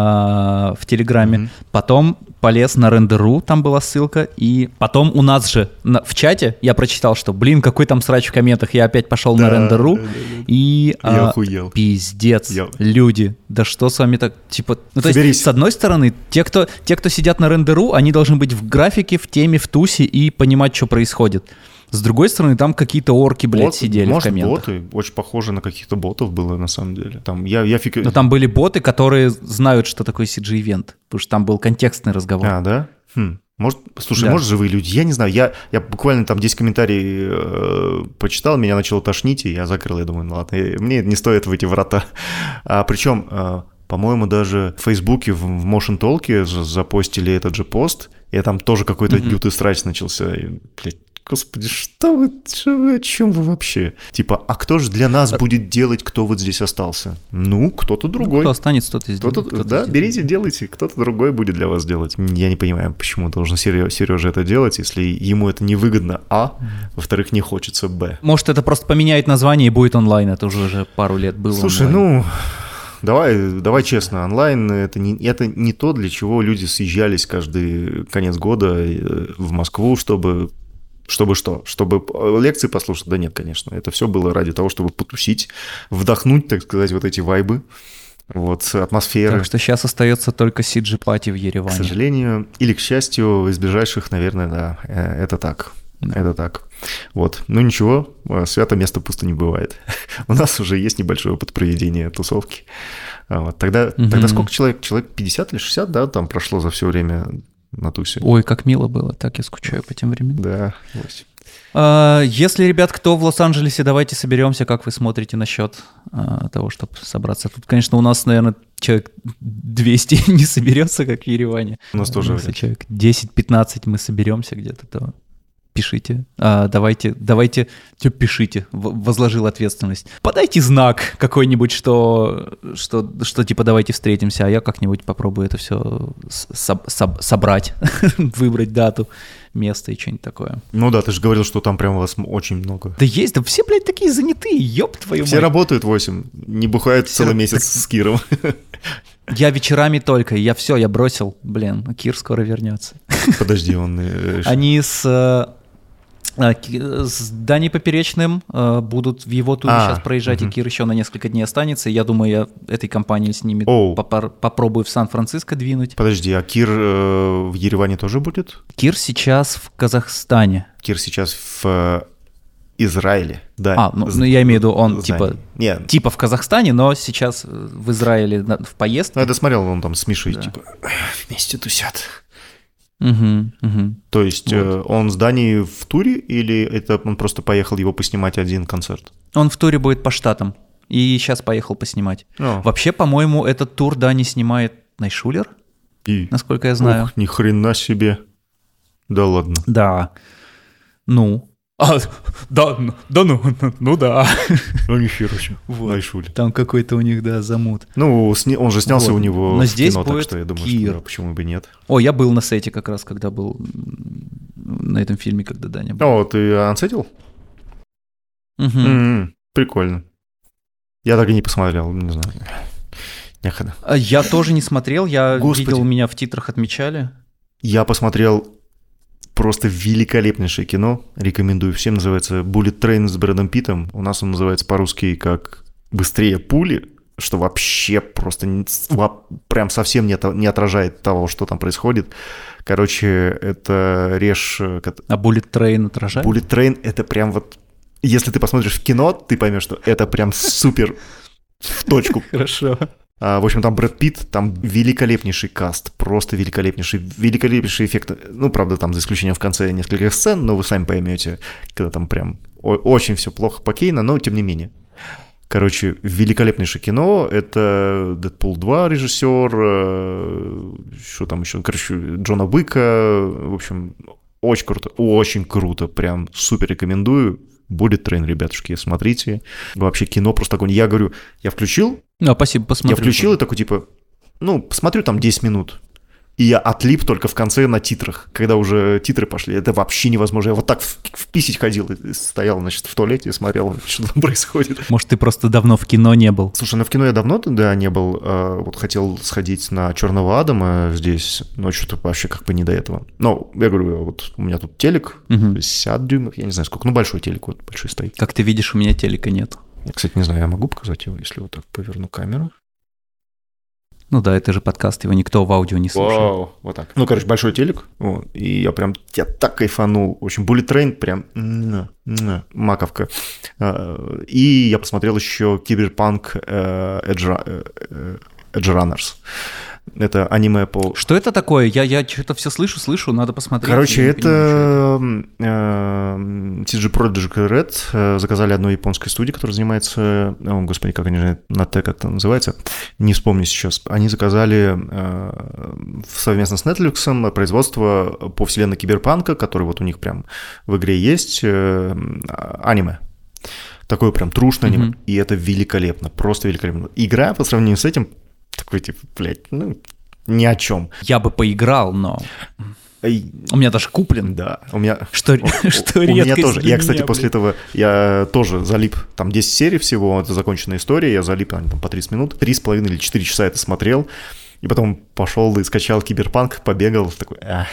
в Телеграме, mm-hmm. потом полез на Render.ru, там была ссылка, и потом у нас же на, в чате я прочитал, что, блин, какой там срач в комментах, я опять пошел да, на Render.ru, да, да, да. и... Я а, охуел. Пиздец, я... люди, да что с вами так, типа... Ну, то Соберись. есть, с одной стороны, те кто, те, кто сидят на Render.ru, они должны быть в графике, в теме, в тусе и понимать, что происходит. С другой стороны, там какие-то орки, блядь, Бот, сидели может, в комментах. Боты, очень похоже на каких-то ботов было на самом деле. Там, я, я фиг... Но там были боты, которые знают, что такое си джи-ивент, потому что там был контекстный разговор. А, да? Хм. Может, слушай, да. может, живые люди? Я не знаю, я, я буквально там десять комментариев э, почитал, меня начало тошнить, и я закрыл, я думаю, ну ладно, мне не стоит в эти врата. А, причем, э, по-моему, даже в Фейсбуке, в, в Motion Talk запостили этот же пост, и там тоже какой-то mm-hmm. лютый срач начался, и, блядь, господи, что вы, что вы, о чем вы вообще? Типа, а кто же для нас будет делать, кто вот здесь остался? Ну, кто-то другой. Ну, кто останется, тот и сделает. Кто-то, кто-то да, сделает. Берите, делайте, кто-то другой будет для вас делать. Я не понимаю, почему должен Сережа это делать, если ему это невыгодно, а, во-вторых, не хочется, б. Может, это просто поменяет название и будет онлайн, это уже, уже пару лет было. Слушай, онлайн. ну... Давай, давай честно, онлайн это не, это не то, для чего люди съезжались каждый конец года в Москву, чтобы... Чтобы что? Чтобы лекции послушать? Да нет, конечно. Это все было ради того, чтобы потусить, вдохнуть, так сказать, вот эти вайбы, вот, атмосферы. Так что сейчас остается только си джи-пати в Ереване. К сожалению, или к счастью, из ближайших, наверное, да, это так. Да. Это так. Вот. Ну ничего, свято место пусто не бывает. У нас уже есть небольшой опыт проведения тусовки. Вот. Тогда, угу. тогда сколько человек? Человек пятьдесят или шестьдесят, да, там прошло за все время на тусе. Ой, как мило было, так я скучаю по тем временам. Да. А, если, ребят, кто в Лос-Анджелесе, давайте соберемся, как вы смотрите насчет а, того, чтобы собраться. Тут, конечно, у нас, наверное, человек двести не соберется, как в Ереване. У нас тоже. Если человек десять-пятнадцать мы соберемся где-то, то пишите. А, давайте, давайте, типа, пишите, возложил ответственность. Подайте знак какой-нибудь, что, что, что типа давайте встретимся, а я как-нибудь попробую это все соб- соб- собрать, выбрать дату, место и что-нибудь такое. Ну да, ты же говорил, что там прям у вас очень много. Да есть, да все, блядь, такие занятые, ёб твою мать. Все работают восемь, не бухают все целый месяц так... с Киром. Я вечерами только, я все, я бросил, блин, Кир скоро вернется. Подожди, он... Они с... С Даней Поперечным э, будут в его туре а, сейчас проезжать, угу. и Кир еще на несколько дней останется. Я думаю, я этой компанией с ними попар- попробую в Сан-Франциско двинуть. Подожди, а Кир э, в Ереване тоже будет? Кир сейчас в Казахстане. Кир сейчас в Израиле. Да. А, ну, ну я имею в виду, он типа, Нет. типа в Казахстане, но сейчас в Израиле в поездке. Ну, я досмотрел, он там с Мишей, да. типа, вместе тусят. Угу, угу. То есть вот. э, он с Даней в туре или это он просто поехал его поснимать один концерт? Он в туре будет по штатам и сейчас поехал поснимать. О. Вообще, по-моему, этот тур Дани снимает Найшулер, и... насколько я знаю. Ух, ни хрена себе. Да ладно. Да. Ну. А, да, да, ну, ну да. Ну нихера себе. Вот. Найшулер. Там какой-то у них, да, замут. Ну, он же снялся вот. у него Но в здесь кино, будет так что я думаю, Кир. что да, почему бы нет. О, я был на сете как раз, когда был на этом фильме, когда Даня был. О, ты ансетил? Угу. Mm-hmm. Прикольно. Я так и не посмотрел, не знаю. Некогда. Я тоже не смотрел, я Господи. видел, меня в титрах отмечали. Я посмотрел просто великолепнейшее кино, рекомендую всем, называется «Bullet Train» с Брэдом Питтом. У нас он называется по-русски как «Быстрее пули», что вообще просто прям совсем не, не отражает того, что там происходит. Короче, это режь... А Bullet Train отражает? Bullet Train — это прям вот... Если ты посмотришь в кино, ты поймешь, что это прям супер в точку. Хорошо. А, в общем, там Брэд Питт, там великолепнейший каст, просто великолепнейший, великолепнейший эффект. Ну, правда, там за исключением в конце нескольких сцен, но вы сами поймете, когда там прям очень все плохо покейно, но тем не менее. Короче, великолепнейшее кино. Это «Дэдпул два» режиссер, что там еще, короче, Джона Уика. В общем, очень круто, очень круто, прям супер рекомендую. Bullet Train, ребятушки, смотрите. Вообще кино просто огонь. Я говорю, я включил. А, спасибо, посмотрю. Я включил и такой, типа, ну, посмотрю там десять минут. И я отлип только в конце на титрах, когда уже титры пошли. Это вообще невозможно. Я вот так вписить ходил, стоял, значит, в туалете и смотрел, что там происходит. Может, ты просто давно в кино не был? Слушай, ну в кино я давно, да, не был. Вот хотел сходить на «Черного Адама» здесь, но что-то вообще как бы не до этого. Но я говорю, вот у меня тут телек, угу. шестьдесят дюймов, я не знаю сколько, ну большой телек, вот большой стоит. Как ты видишь, у меня телека нет. Я, кстати, не знаю, я могу показать его, если вот так поверну камеру? Ну да, это же подкаст, его никто в аудио не слушает. Вау, вот так. Ну, короче, большой телек, вот, и я прям, я так кайфанул. В общем, Bullet Train прям, на, на, маковка. И я посмотрел еще Cyberpunk Edge, Edge Runners. Это аниме по... Что это такое? Я, я что-то все слышу, слышу, надо посмотреть. Короче, это си джи Projekt Red заказали одной японской студии, которая занимается... О, господи, как они же на Т как-то называется? Не вспомню сейчас. Они заказали совместно с Netflix производство по вселенной Киберпанка, который вот у них прям в игре есть, аниме. Такое прям трушное аниме. Mm-hmm. И это великолепно, просто великолепно. Игра по сравнению с этим... Такой, типа, блядь, ну, ни о чем. Я бы поиграл, но... У меня даже куплен. Да, у меня... Что, что у меня тоже. Я, меня, кстати, блин. после этого, я тоже залип, там десять серий всего, это законченная история, я залип там, по тридцать минут, три с половиной или четыре часа это смотрел, и потом пошел и скачал Киберпанк, побегал, такой, ах,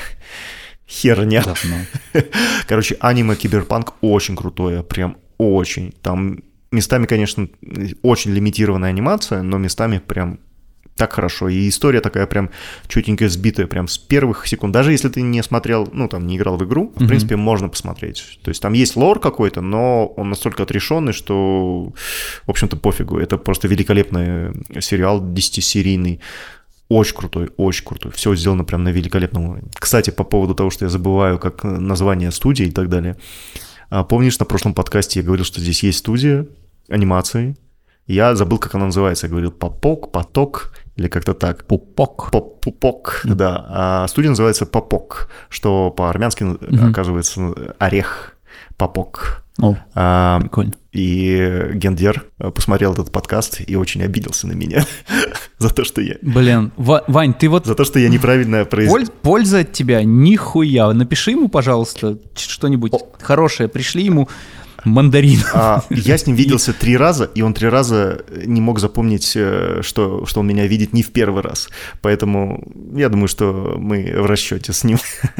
херня. Короче, аниме Киберпанк очень крутое, прям очень. Там местами, конечно, очень лимитированная анимация, но местами прям... так хорошо, и история такая прям чутенько сбитая, прям с первых секунд. Даже если ты не смотрел, ну, там, не играл в игру, в mm-hmm. принципе, можно посмотреть. То есть там есть лор какой-то, но он настолько отрешенный, что, в общем-то, пофигу. Это просто великолепный сериал, десятисерийный. Очень крутой, очень крутой. Все сделано прям на великолепном уровне. Кстати, по поводу того, что я забываю, как название студии и так далее. Помнишь, на прошлом подкасте я говорил, что здесь есть студия анимации? Я забыл, как она называется. Я говорил «Попок», «Поток» или как-то так. «Пупок». «Пупок», mm-hmm. да. А студия называется «Попок», что по-армянски, mm-hmm. оказывается, «орех», «Попок». О, а, прикольно. И Гендер посмотрел этот подкаст и очень обиделся на меня за то, что я... Блин, Вань, ты вот... За то, что я неправильно произнес. Польза от тебя нихуя. Напиши ему, пожалуйста, что-нибудь хорошее. Пришли ему... мандарин. А, я с ним виделся три раза, и он три раза не мог запомнить, что, что он меня видит не в первый раз. Поэтому я думаю, что мы в расчете с ним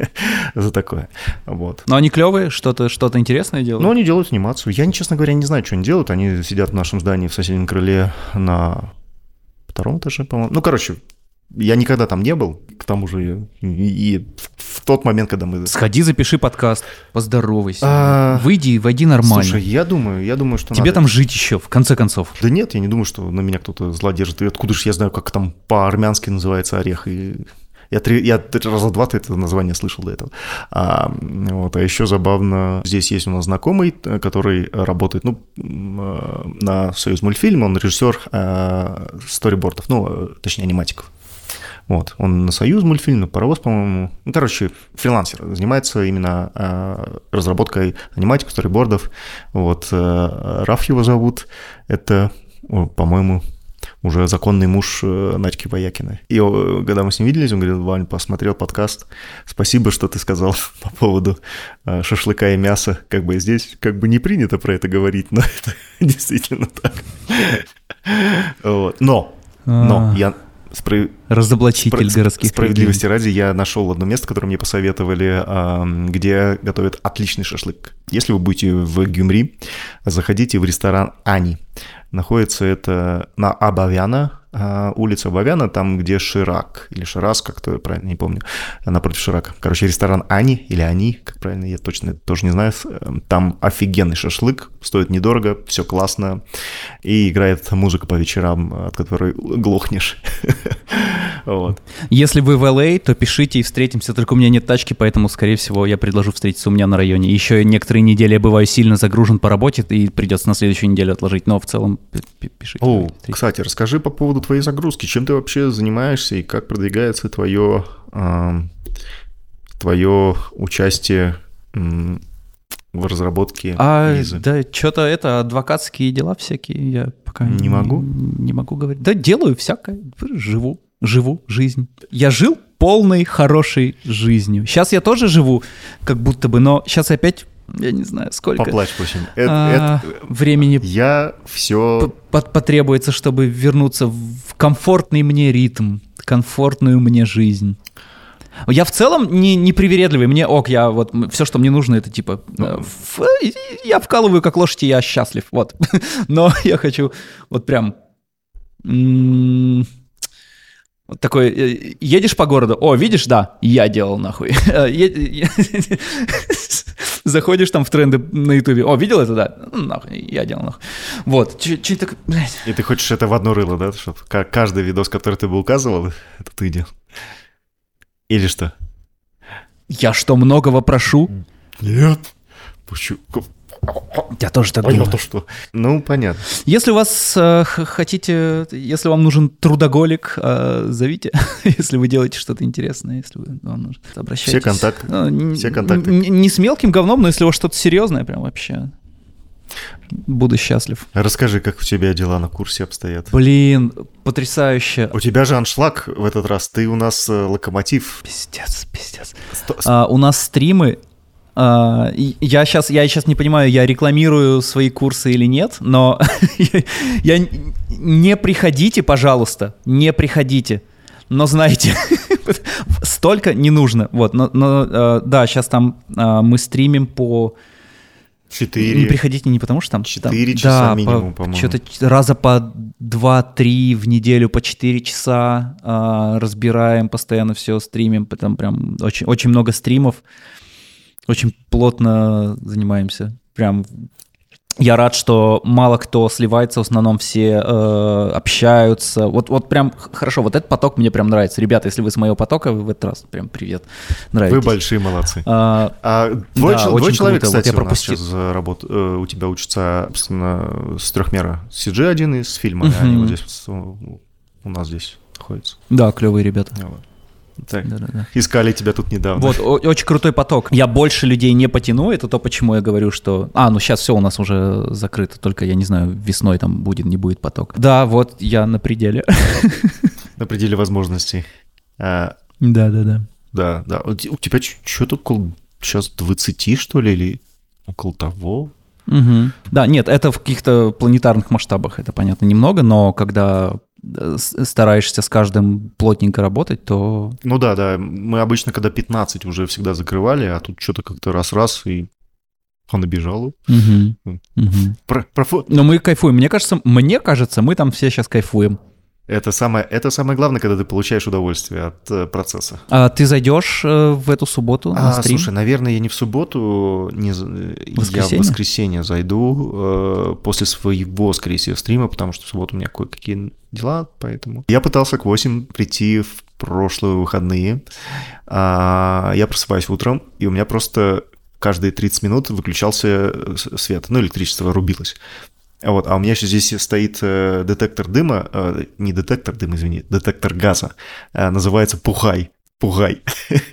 за такое. Вот. Но они клевые, что-то, что-то интересное делают? Ну, они делают анимацию. Я, честно говоря, не знаю, что они делают. Они сидят в нашем здании в соседнем крыле на втором этаже, по-моему. Ну, короче... Я никогда там не был, к тому же и, и в тот момент, когда мы... Сходи, запиши подкаст, поздоровайся, а... выйди, войди нормально. Слушай, я думаю, я думаю, что тебе надо... там жить еще, в конце концов. Да нет, я не думаю, что на меня кто-то зла держит. И откуда же я знаю, как там по-армянски называется орех, и... Я, три, я раза два это название слышал до этого. А, вот, а еще забавно, здесь есть у нас знакомый, который работает ну, на Союзмультфильм, он режиссер а, сторибордов, ну, точнее, аниматиков. Вот, он на Союзмультфильм, на Паровоз, по-моему, ну, короче, фрилансер, занимается именно а, разработкой аниматиков, сторибордов. Вот, а, Раф его зовут, это, о, по-моему, уже законный муж Надьки Боякиной. И когда мы с ним виделись, он говорил: Вань, посмотрел подкаст, спасибо, что ты сказал по поводу шашлыка и мяса. Как бы здесь как бы не принято про это говорить, но это действительно так. Вот. Но, но я... Справ... Разоблачитель Спра... городских Справедливости людей. Ради, я нашел одно место, которое мне посоветовали, где готовят отличный шашлык. Если вы будете в Гюмри, заходите в ресторан «Ани». Находится это на Абовяна, улица Абовяна, там, где Ширак, или Ширас, как-то правильно, не помню, напротив Ширака. Короче, ресторан «Ани» или «Они», как правильно, я точно тоже не знаю. Там офигенный шашлык, стоит недорого, все классно, и играет музыка по вечерам, от которой глохнешь. Вот. Если вы в эл эй, то пишите и встретимся, только у меня нет тачки, поэтому, скорее всего, я предложу встретиться у меня на районе. Еще некоторые недели я бываю сильно загружен по работе, и придется на следующую неделю отложить, но в целом пишите. О, кстати, расскажи по поводу твоей загрузки. Чем ты вообще занимаешься и как продвигается твое, э, твое участие э, в разработке а, визы? Да, что-то это, адвокатские дела всякие, я пока не, не могу. Не могу говорить. Да, делаю всякое, живу, живу жизнь. Я жил полной хорошей жизнью. Сейчас я тоже живу, как будто бы, но сейчас опять, я не знаю, сколько Поплачь, в общем. Это, а, это... времени я все... потребуется, чтобы вернуться в комфортный мне ритм, комфортную мне жизнь. Я в целом не, не привередливый, мне ок, я вот, все, что мне нужно, это типа, ну, в, я вкалываю как лошадь, и я счастлив, вот. Но я хочу вот прям... М- Вот такой, едешь по городу, о, видишь, да, я делал нахуй. Заходишь там в тренды на ютубе, о, видел это, да, ну, нахуй, я делал нахуй. Вот, что так, блядь. И ты хочешь это в одно рыло, да, чтобы каждый видос, который ты бы указывал, это ты делал? Или что? Я что, многого прошу? Нет. Почему? Я тоже так Понятно, думаю. что. Ну, понятно. Если у вас э, хотите, если вам нужен трудоголик, э, зовите, если вы делаете что-то интересное, если вы вам нужно, обращайтесь. Все контакты. Ну, Все контакты. Не, не с мелким говном, но если у вас что-то серьезное, прям вообще буду счастлив. Расскажи, как у тебя дела на курсе обстоят. Блин, потрясающе. У тебя же аншлаг в этот раз, ты у нас э, локомотив. Пиздец, пиздец. Сто... А, у нас стримы. Uh, я, сейчас, я сейчас не понимаю, я рекламирую свои курсы или нет, но я, не приходите, пожалуйста, не приходите. Но знаете, столько не нужно. Вот, но, но uh, да, сейчас там uh, мы стримим по... Четыре. Не приходите не потому, что там... Четыре там, часа да, минимум, по, по-моему. Что-то раза по два-три в неделю, по четыре часа uh, разбираем, постоянно все стримим. Там прям очень, очень много стримов. Очень плотно занимаемся. Прям я рад, что мало кто сливается, в основном все э, общаются. Вот, вот прям хорошо, вот этот поток мне прям нравится. Ребята, если вы с моего потока, вы в этот раз прям привет. Нравитесь. Вы большие молодцы. А, а двое, да, чел- двое человек, круто. кстати, вот у нас сейчас работ... у тебя учатся, собственно, с трехмера. си джи один из фильма, uh-huh. они вот здесь, у нас здесь находятся. Да, клевые ребята. Вот. Так. Да, да, да. Искали тебя тут недавно. Вот, о- очень крутой поток. Я больше людей не потяну, это то, почему я говорю, что... А, ну сейчас все у нас уже закрыто, только, я не знаю, весной там будет, не будет поток. Да, вот, я на пределе. На пределе возможностей. А, да, да, да. Да, да. У тебя что-то около сейчас двадцати, что ли, или около того? Угу. Да, нет, это в каких-то планетарных масштабах, это, понятно, немного, но когда... стараешься с каждым плотненько работать, то... Ну да, да, мы обычно, когда пятнадцать уже всегда закрывали, а тут что-то как-то раз-раз, и он набежал. Угу. Угу. Про, про... Но мы кайфуем. Мне кажется, мне кажется, мы там все сейчас кайфуем. Это самое, это самое главное, когда ты получаешь удовольствие от э, процесса. А ты зайдешь э, в эту субботу на а, стрим? Слушай, наверное, я не в субботу, не, я в воскресенье зайду э, после своего, скорее всего, стрима, потому что в субботу у меня кое-какие дела, поэтому... Я пытался к восемь прийти в прошлые выходные. А, я просыпаюсь утром, и у меня просто каждые тридцать минут выключался свет, ну, электричество рубилось. Вот, а у меня еще здесь стоит э, детектор дыма, э, не детектор дыма, извини, детектор газа, э, называется Пухай, Пугай.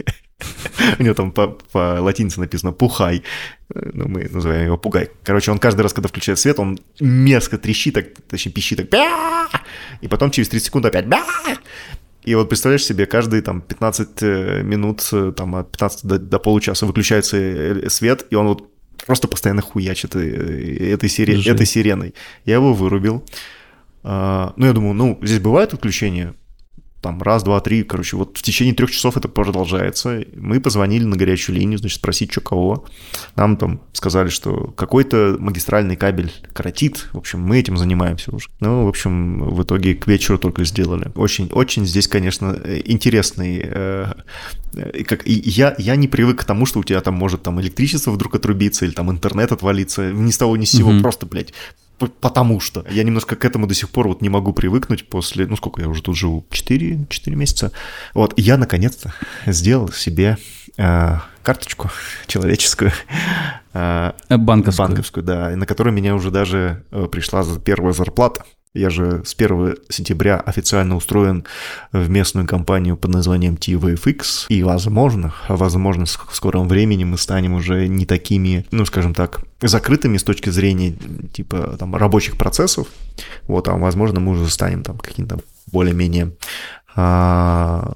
У него там по, по латинице написано Пухай, ну, мы называем его Пугай. Короче, он каждый раз, когда включает свет, он мерзко трещит, так, точнее пищит, так, и потом через тридцать секунд опять. И вот представляешь себе, каждые там пятнадцать минут, там, от пятнадцати до, до получаса выключается свет, и он вот просто постоянно хуячит этой, сире... этой сиреной. Я его вырубил. А, ну, я думаю, ну, здесь бывают отключения. Там раз, два, три, короче, вот в течение трех часов это продолжается. Мы позвонили на горячую линию, значит, спросить, что кого. Нам там сказали, что какой-то магистральный кабель коротит. В общем, мы этим занимаемся уже. Ну, в общем, в итоге к вечеру только сделали. Очень, очень здесь, конечно, интересный... Э, как, и я, я не привык к тому, что у тебя там может там электричество вдруг отрубиться или там интернет отвалиться. Ни с того ни с сего, mm-hmm. просто, блядь. Потому что я немножко к этому до сих пор вот не могу привыкнуть после, ну сколько я уже тут живу, четыре месяца. Вот, я наконец-то сделал себе э, карточку человеческую. Э, банковскую. Банковскую, да, на которой меня уже даже э, пришла первая зарплата. Я же с первого сентября официально устроен в местную компанию под названием ти ви эф икс. И, возможно, возможно, в скором времени мы станем уже не такими, ну, скажем так, закрытыми с точки зрения, типа, там, рабочих процессов. Вот, а, возможно, мы уже станем там каким-то более-менее... А,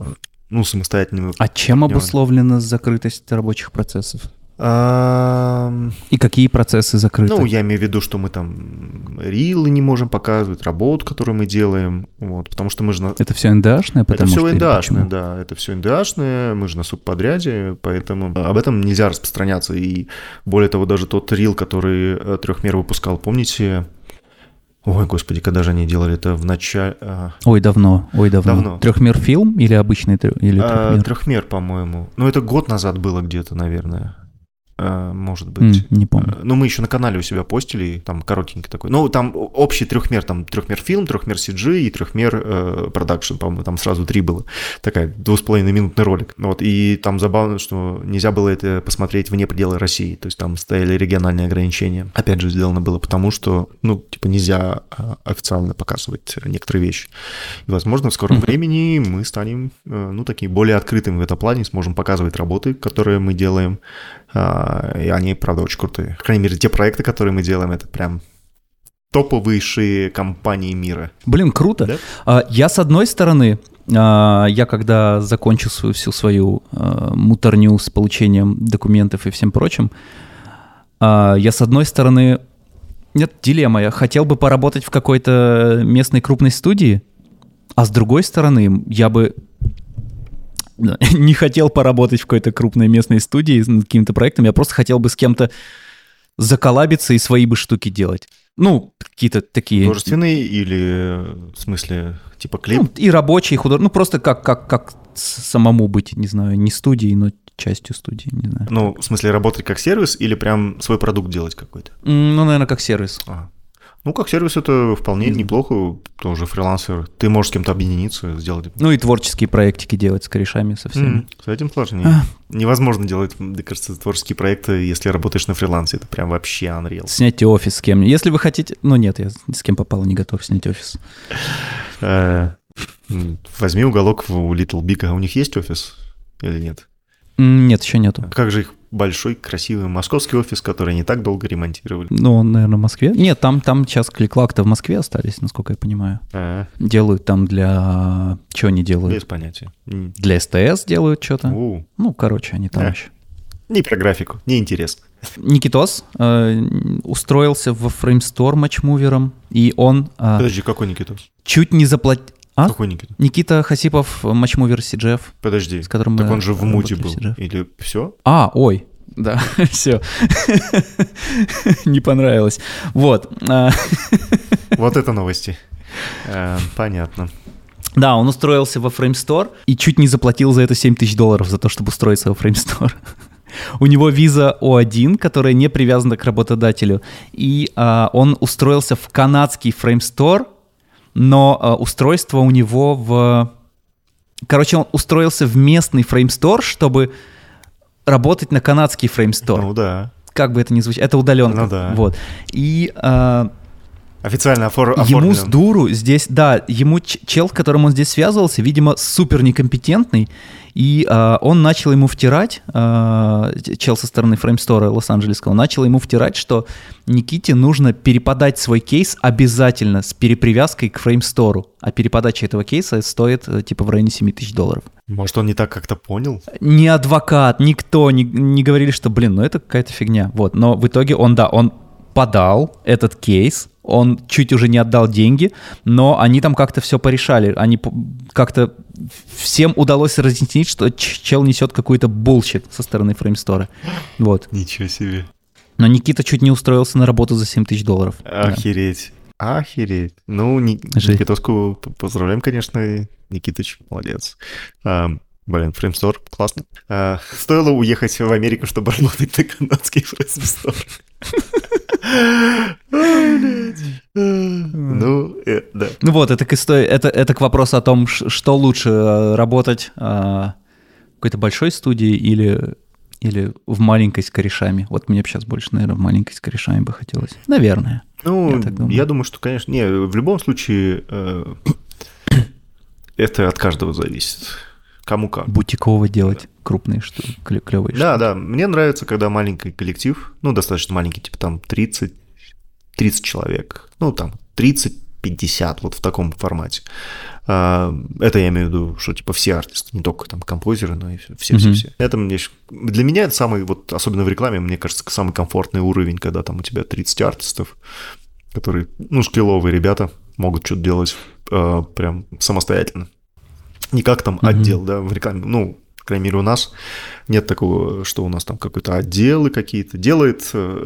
ну, самостоятельными. А чем обусловлена закрытость рабочих процессов? А... И какие процессы закрыты? Ну, я имею в виду, что мы там рилы не можем показывать, работу, которую мы делаем, вот, потому что мы же... На... Это все эн дэ эй-шное? Это все эн дэ эй-шное, да, это все эн дэ эй-шное, мы же на субподряде, поэтому об этом нельзя распространяться, и более того, даже тот рил, который Трехмер выпускал, помните... Ой, господи, когда же они делали это в начале... Ой, давно, ой, давно. давно. Трехмер фильм или обычный или Трехмер? А, Трехмер, по-моему. Ну, это год назад было где-то, наверное. Может быть. Mm, не помню. Ну, мы еще на канале у себя постили, там коротенький такой. Ну, там общий трехмер, там трехмер фильм, трехмер си джи и трехмер продакшн, э, по-моему, там сразу три было. Такая двух с половиной минутный ролик. Вот, и там забавно, что нельзя было это посмотреть вне пределы России, то есть там стояли региональные ограничения. Опять же, сделано было потому, что, ну, типа, нельзя официально показывать некоторые вещи. И, возможно, в скором mm-hmm. времени мы станем, ну, такие более открытыми в этом плане, сможем показывать работы, которые мы делаем. И они, правда, очень крутые. По крайней мере, те проекты, которые мы делаем, это прям топовейшие компании мира. Блин, круто. Да? Я, с одной стороны, я когда закончу свою, всю свою муторню с получением документов и всем прочим, я, с одной стороны, нет, дилемма, я хотел бы поработать в какой-то местной крупной студии, а с другой стороны, я бы... не хотел поработать в какой-то крупной местной студии над каким-то проектом, я просто хотел бы с кем-то заколлабиться и свои бы штуки делать. Ну, какие-то такие... Художественные или, в смысле, типа клип? Ну, и рабочие, и художественные. Ну, просто как, как, как самому быть, не знаю, не студией, но частью студии, не знаю. Ну, в смысле, работать как сервис или прям свой продукт делать какой-то? Ну, наверное, как сервис. Ага. Ну, как сервис это вполне mm. неплохо, тоже фрилансер. Ты можешь с кем-то объединиться, сделать. Ну и творческие проектики делать с корешами, со всеми. Mm. С этим сложнее. А. Невозможно делать, мне кажется, творческие проекты, если работаешь на фрилансе. Это прям вообще unreal. Снять офис с кем. Если вы хотите... Ну нет, я с кем попало, не готов снять офис. Возьми уголок у Little Big. А у них есть офис или нет? Нет, еще нету. Как же их большой, красивый московский офис, который не так долго ремонтировали? Ну, наверное, в Москве. Нет, там, там сейчас клик-клак-то в Москве остались, насколько я понимаю. А-а. Делают там для... Чего они делают? Без понятия. Для эс тэ эс делают что-то. У. Ну, короче, они там а. еще. Не про графику, неинтересно. Никитос э, устроился в Framestore матчмувером, и он... Э, Подожди, какой Никитос? Чуть не заплатил... А? Какой Никита? Никита Хасипов, матчмувер си джи эф. Подожди, с которым так мы он же в муте был, или все? А, ой, да, все. Не понравилось. Вот. Вот это новости. Понятно. Да, он устроился во Framestore и чуть не заплатил за это семь тысяч долларов за то, чтобы устроиться во Framestore. У него виза о один, которая не привязана к работодателю, и а, он устроился в канадский Framestore, но а, устройство у него в... Короче, он устроился в местный Framestore, чтобы работать на канадский Framestore. Ну да. Как бы это ни звучало, это удаленка. Ну да. Вот. И... А, официально офор- оформлен. Ему с дуру здесь, да, ему чел, с которым он здесь связывался, видимо, супер некомпетентный, и э, он начал ему втирать, э, чел со стороны Framestore Лос-Анджелесского, начал ему втирать, что Никите нужно переподать свой кейс обязательно с перепривязкой к Framestore, а переподача этого кейса стоит типа в районе семь тысяч долларов. Может, он не так как-то понял? Ни адвокат, никто не, не говорили, что, блин, ну это какая-то фигня. Вот, но в итоге он, да, он подал этот кейс, он чуть уже не отдал деньги, но они там как-то все порешали. Они как-то... Всем удалось разъяснить, что чел несет какой-то булщит со стороны Framestore. Вот. Ничего себе. Но Никита чуть не устроился на работу за семь тысяч долларов. Охереть. Да. Охереть. Ну, Никитоску поздравляем, конечно. Никитыч, молодец. А, блин, Framestore, классно. А, стоило уехать в Америку, чтобы работать на канадский Framestore. Ну, э, да. Ну вот, это к, истории, это, это к вопросу о том, что лучше работать в какой-то большой студии или, или в маленькой с корешами. Вот мне бы сейчас больше, наверное, в маленькой с корешами бы хотелось. Наверное. Ну, я, думаю. я думаю, что, конечно, не, в любом случае э, это от каждого зависит. Кому как. Бутиково делать да. крупные штуки, клевые да, штуки. Да, мне нравится, когда маленький коллектив, ну, достаточно маленький, типа там тридцать, тридцать человек, ну, там тридцать пятьдесят, вот в таком формате. Это я имею в виду, что типа все артисты, не только там композеры, но и все-все-все. Mm-hmm. Это мне, для меня это самый, вот особенно в рекламе, мне кажется, самый комфортный уровень, когда там у тебя тридцать артистов, которые, ну, скилловые ребята, могут что-то делать э, прям самостоятельно. Не как там mm-hmm. отдел, да, в рекламе, ну, по крайней мере, у нас нет такого, что у нас там какой-то отделы какие-то. Делает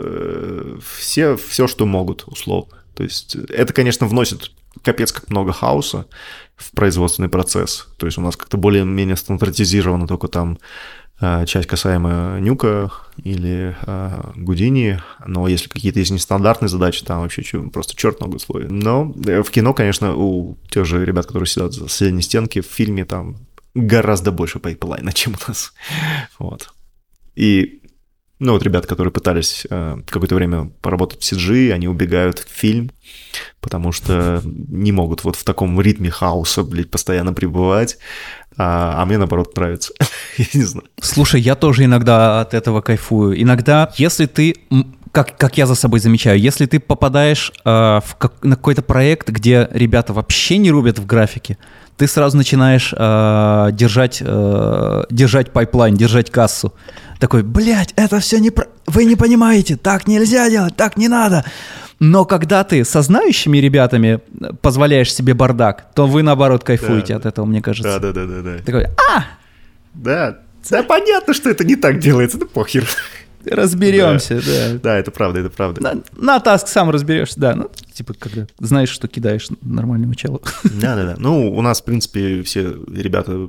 э, все, все, что могут, условно. То есть это, конечно, вносит капец как много хаоса в производственный процесс. То есть у нас как-то более-менее стандартизировано только там э, часть касаемая Нюка или э, Гудини. Но если какие-то есть нестандартные задачи, там вообще просто черт ногу слоит. Но в кино, конечно, у тех же ребят, которые сидят за соседней стенки, в фильме там гораздо больше пайплайна, чем у нас. Вот. И, ну, вот ребята, которые пытались э, какое-то время поработать в си джи, они убегают в фильм, потому что не могут вот в таком ритме хаоса, блядь, постоянно пребывать, а, а мне, наоборот, нравится. Я не знаю. Слушай, я тоже иногда от этого кайфую. Иногда, если ты... Как, как я за собой замечаю, если ты попадаешь э, в как, на какой-то проект, где ребята вообще не рубят в графике, ты сразу начинаешь э, держать, э, держать пайплайн, держать кассу. Такой, блядь, это все не... Про... Вы не понимаете, так нельзя делать, так не надо. Но когда ты со знающими ребятами позволяешь себе бардак, то вы, наоборот, кайфуете да, от этого, мне кажется. Да-да-да. Такой, а! Да, да, понятно, что это не так делается, да похер. Разберемся, да. да. Да, это правда, это правда. На, на таск сам разберешься, да. Ну, типа, когда знаешь, что кидаешь нормальному челу. Да-да-да. Ну, у нас, в принципе, все ребята,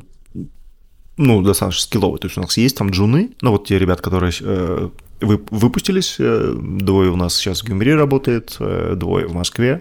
ну, достаточно скилловые. То есть у нас есть там джуны, ну, вот те ребята, которые э, вы, выпустились, э, двое у нас сейчас в Гюмри работает, э, двое в Москве.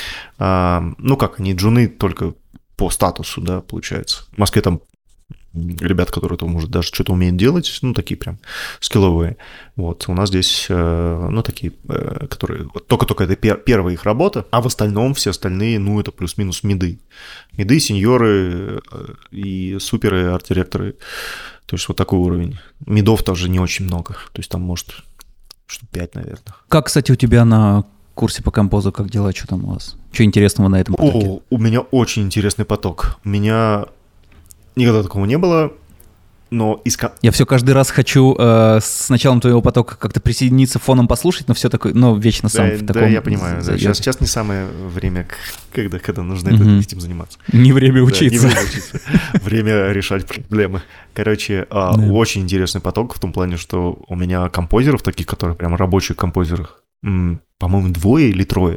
А, ну, как, они джуны только по статусу, да, получается. В Москве там ребят, которые там, может, даже что-то умеют делать, ну, такие прям скилловые. Вот, у нас здесь, ну, такие, которые... Вот только-только это пер- первая их работа, а в остальном все остальные, ну, это плюс-минус миды. Миды, сеньоры и суперы, арт-директоры. То есть вот такой уровень. Мидов тоже не очень много. То есть там, может, что пять, наверное. Как, кстати, у тебя на курсе по композу, как дела, что там у вас? Что интересного на этом потоке? О, у меня очень интересный поток. У меня... Никогда такого не было, но... Из... Я все каждый раз хочу э, с началом твоего потока как-то присоединиться фоном послушать, но все такое, ну, вечно сам да, в да, таком... Да, я понимаю. Да. Сейчас, сейчас не самое время, когда, когда нужно mm-hmm. этим заниматься. Не время учиться. Да, не время учиться. Время решать проблемы. Короче, да. Очень интересный поток в том плане, что у меня композеров таких, которые прям рабочих композеров, по-моему, двое или трое.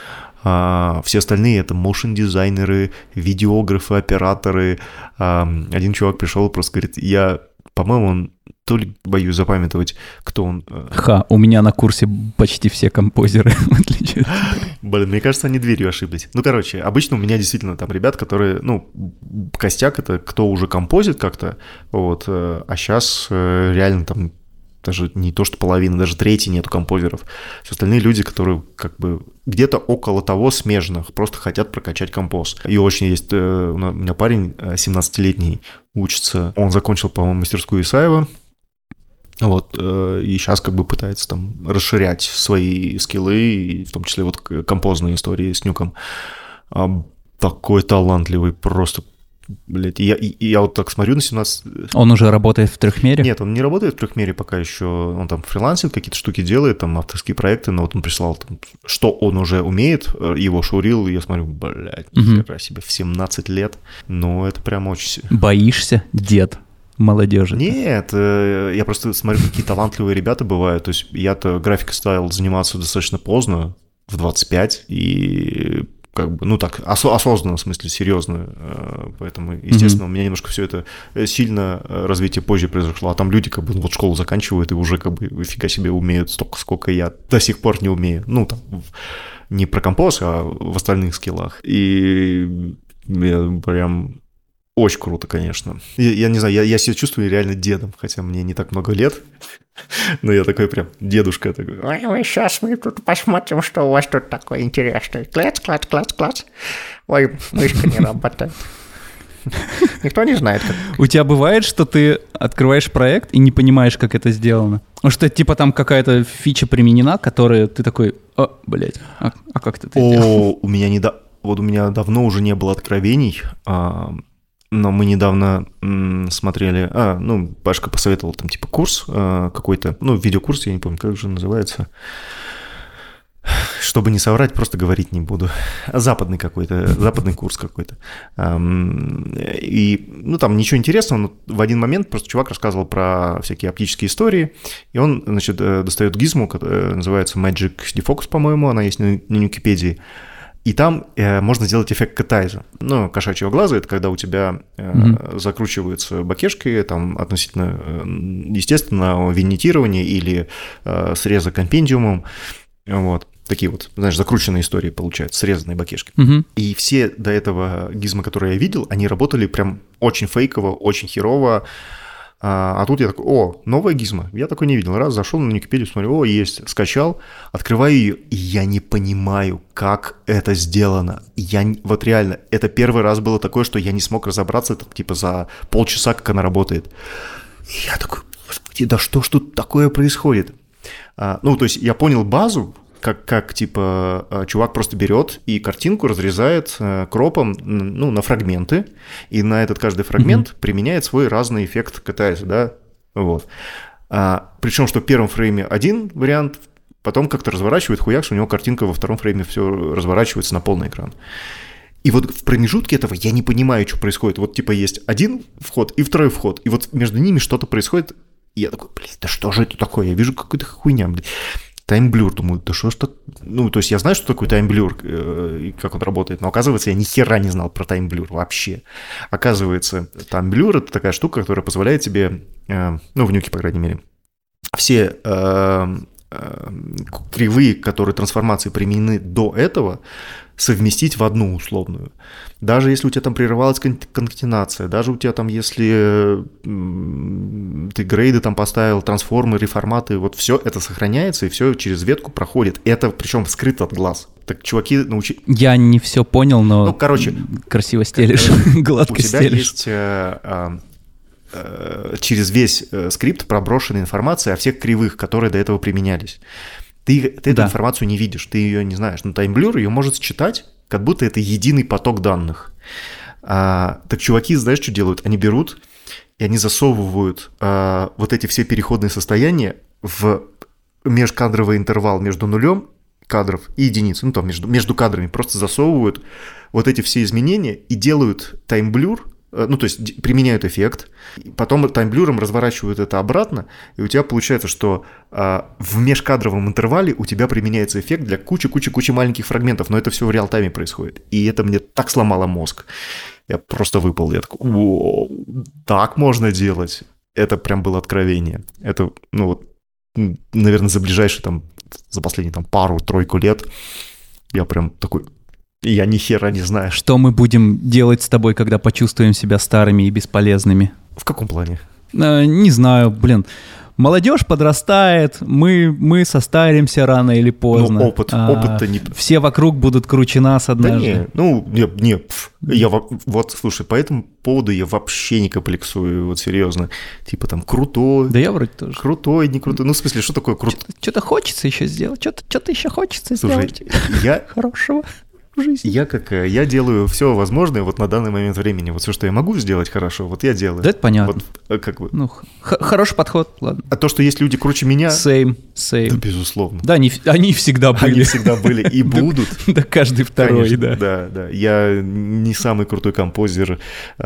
А, все остальные — это моушн-дизайнеры, видеографы, операторы. А, один чувак пришел и просто говорит, я, по-моему, он, то ли боюсь запамятовать, кто он. Ха, у меня на курсе почти все композеры, в отличие от... Блин, мне кажется, они дверью ошиблись. Ну, короче, обычно у меня действительно там ребят, которые, ну, костяк — это кто уже композит как-то, вот, а сейчас реально там даже не то, что половина, даже трети нету композеров. Все остальные люди, которые как бы где-то около того смежных, просто хотят прокачать композ. И очень есть... У меня парень семнадцатилетний учится, он закончил, по-моему, мастерскую Исаева, вот, и сейчас как бы пытается там расширять свои скиллы, и в том числе вот композные истории с Нюком. Такой талантливый, просто... Блять, я, я вот так смотрю на семнадцать... Он уже работает в Трехмере? Нет, он не работает в Трехмере пока еще. Он там фрилансит, какие-то штуки делает, там авторские проекты, но вот он прислал, там, что он уже умеет, его шурил, и я смотрю, блядь, нихера угу. себе, в семнадцать лет. Ну, это прям очень... Боишься, дед молодежи? Нет, я просто смотрю, какие талантливые ребята бывают. То есть я-то графикой стал заниматься достаточно поздно, в двадцать пять, и... как бы, ну так, ос- осознанно, в смысле, серьезно, поэтому, естественно, mm-hmm. у меня немножко все это сильно развитие позже произошло, а там люди как бы вот школу заканчивают и уже как бы фига себе умеют столько, сколько я до сих пор не умею, ну там, не про композ, а в остальных скиллах, и я прям... Очень круто, конечно. Я, я не знаю, я, я себя чувствую реально дедом, хотя мне не так много лет, но я такой прям дедушка такой. Ой, сейчас мы тут посмотрим, что у вас тут такое интересное. Клац, клац, клац, клац. Ой, мышка не работает. Никто не знает, как. У тебя бывает, что ты открываешь проект и не понимаешь, как это сделано? Потому что типа там какая-то фича применена, которая ты такой, о, блядь, а, а как ты это сделал? О, у меня не до... вот у меня давно уже не было откровений, а, но мы недавно м, смотрели, а, ну, Пашка посоветовал там типа курс а, какой-то, ну, видеокурс, я не помню, как же называется. Чтобы не соврать, просто говорить не буду. Западный какой-то, западный курс какой-то. И, ну, там ничего интересного, но в один момент просто чувак рассказывал про всякие оптические истории, и он, значит, достает гизму, которая называется Magic Defocus, по-моему, она есть на, на Википедии, и там э, можно сделать эффект кэтайза. Ну, кошачьего глаза – это когда у тебя э, mm-hmm. закручиваются бакешки, там относительно, естественно, винитирования или э, среза компендиумом, вот. Такие вот, знаешь, закрученные истории получаются, срезанные бакешки. Угу. И все до этого гизмы, которые я видел, они работали прям очень фейково, очень херово. А, а тут я такой, о, новая гизма. Я такой не видел. Раз, зашел на Википедию, смотрю, о, есть, скачал, открываю ее, и я не понимаю, как это сделано. Я, вот реально, это первый раз было такое, что я не смог разобраться, это, типа, за полчаса, как она работает. И я такой, господи, да что ж тут такое происходит? А, ну, то есть я понял базу, Как, как, типа, чувак просто берет и картинку разрезает кропом, ну, на фрагменты, и на этот каждый фрагмент mm-hmm. применяет свой разный эффект кэтайза, да, вот. А, причем, что в первом фрейме один вариант, потом как-то разворачивает хуяк, что у него картинка во втором фрейме все разворачивается на полный экран. И вот в промежутке этого я не понимаю, что происходит. Вот, типа, есть один вход и второй вход, и вот между ними что-то происходит, и я такой, блин, да что же это такое? Я вижу какую-то хуйня, блин. Таймблюр, думаю, да что ж так... Ну, то есть я знаю, что такое таймблюр э, и как он работает, но оказывается, я ни хера не знал про таймблюр вообще. Оказывается, таймблюр – это такая штука, которая позволяет тебе, э, ну, в нюке, по крайней мере, все э, э, кривые, которые трансформации применены до этого, совместить в одну условную. Даже если у тебя там прерывалась конкатенация, даже у тебя там, если ты грейды там поставил, трансформы, реформаты, вот все это сохраняется, и все через ветку проходит. Это причем скрыто от глаз. Так чуваки научились... Я не все понял, но ну, короче, красиво стелишь, гладко стелишь. У тебя есть э, э, э, через весь э, скрипт проброшенная информация о всех кривых, которые до этого применялись. Ты, ты эту да. информацию не видишь, ты ее не знаешь. Но таймблюр ее может считать, как будто это единый поток данных. А, так чуваки, знаешь, что делают? Они берут и они засовывают а, вот эти все переходные состояния в межкадровый интервал между нулем кадров и единицей, ну там между, между кадрами, просто засовывают вот эти все изменения и делают таймблюр, ну, то есть применяют эффект, потом таймблюром разворачивают это обратно, и у тебя получается, что а, в межкадровом интервале у тебя применяется эффект для кучи-кучи-кучи маленьких фрагментов, но это все в реал-тайме происходит. И это мне так сломало мозг. Я просто выпал, я такой, о, так можно делать. Это прям было откровение. Это, ну, вот, наверное, за ближайшие, там, за последние, там, пару-тройку лет я прям такой... Я ни хера не знаю. Что мы будем делать с тобой, когда почувствуем себя старыми и бесполезными? В каком плане? Э, не знаю, блин. Молодежь подрастает, мы, мы состаримся рано или поздно. Ну, опыт, а, опыт-то не... Все вокруг будут круче нас однажды. Да не, ну, не, не я, вот, слушай, по этому поводу я вообще не комплексую, вот серьезно. Типа там крутой. Да я вроде тоже. Крутой, не крутой. Ну, в смысле, что такое крутой? Что-то, что-то хочется еще сделать, что-то, что-то еще хочется слушай, сделать. Я... Хорошего. Жизни. Я как я делаю все возможное вот на данный момент времени. Вот все, что я могу сделать хорошо, вот я делаю. Да, это понятно. Вот, как бы. Ну, х- хороший подход, ладно. А то, что есть люди круче меня... Same, same. Да, безусловно. Да, они, они всегда были. Они всегда были и будут. Да, каждый второй, да. Да, да. Я не самый крутой композер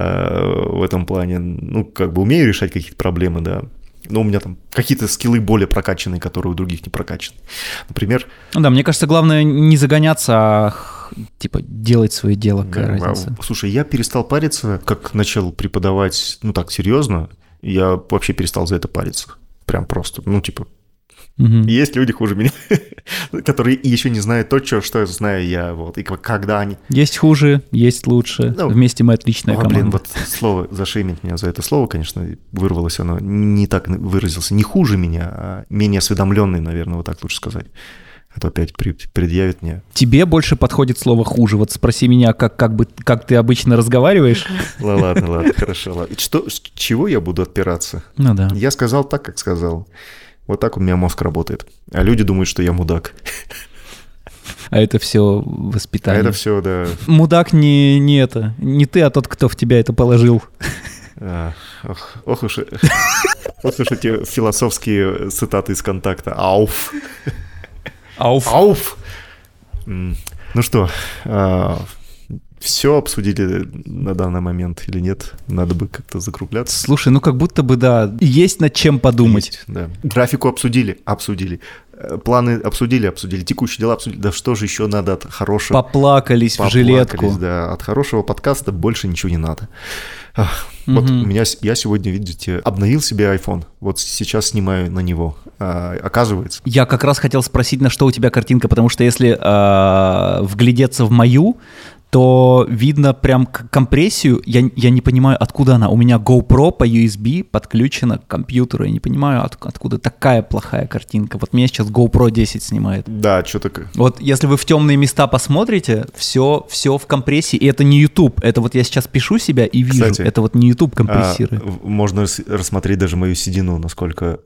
в этом плане. Ну, как бы умею решать какие-то проблемы, да. Но у меня там какие-то скиллы более прокачанные, которые у других не прокачаны. Например... Ну да, мне кажется, главное не загоняться, а типа делать свое дело, какая да, разница. Слушай, я перестал париться, как начал преподавать, ну так, серьезно, я вообще перестал за это париться. Прям просто, ну типа... Угу. Есть люди хуже меня, которые еще не знают то, что знаю я, вот, и когда они... Есть хуже, есть лучше, ну, вместе мы отличная о, команда. Блин, вот слово, зашеймить меня за это слово, конечно, вырвалось оно, не так выразился, не хуже меня, а менее осведомленный, наверное, вот так лучше сказать. А то опять предъявит мне. Тебе больше подходит слово «хуже». Вот спроси меня, как, как, бы, как ты обычно разговариваешь. Ладно, ладно, хорошо. Ладно. Что, с чего я буду отпираться? Ну да. Я сказал так, как сказал. Вот так у меня мозг работает. А люди думают, что я мудак. А это все А воспитание. это все, да. Мудак не, не это, не ты, а тот, кто в тебя это положил. А, ох, ох уж, ох уж эти философские цитаты из «Контакта». Ауф. Ауф. Ауф. М, Ну что, все обсудили на данный момент или нет? Надо бы как-то закругляться. Слушай, ну как будто бы, да, есть над чем подумать. Есть, да. Графику обсудили, обсудили. Э, Планы обсудили, обсудили. Текущие дела обсудили. Да что же еще надо от хорошего... Поплакались в Поплакались, жилетку. да. От хорошего подкаста больше ничего не надо. Ах, Вот Мгм. у меня, с- я сегодня, видите, обновил себе iPhone. Вот сейчас снимаю на него. А, оказывается, Я как раз хотел спросить, на что у тебя картинка, потому что если э, вглядеться в мою, то видно прям к- компрессию. Я, я не понимаю, откуда она. У меня GoPro по ю эс би подключена к компьютеру. Я не понимаю, от- откуда такая плохая картинка. Вот меня сейчас GoPro десять снимает. да, что-то... Вот если вы в темные места посмотрите, все, все в компрессии. И это не YouTube. Это вот я сейчас пишу себя и вижу. Кстати, это вот не YouTube а, компрессирует. в- можно рас- рассмотреть даже мою седину, насколько...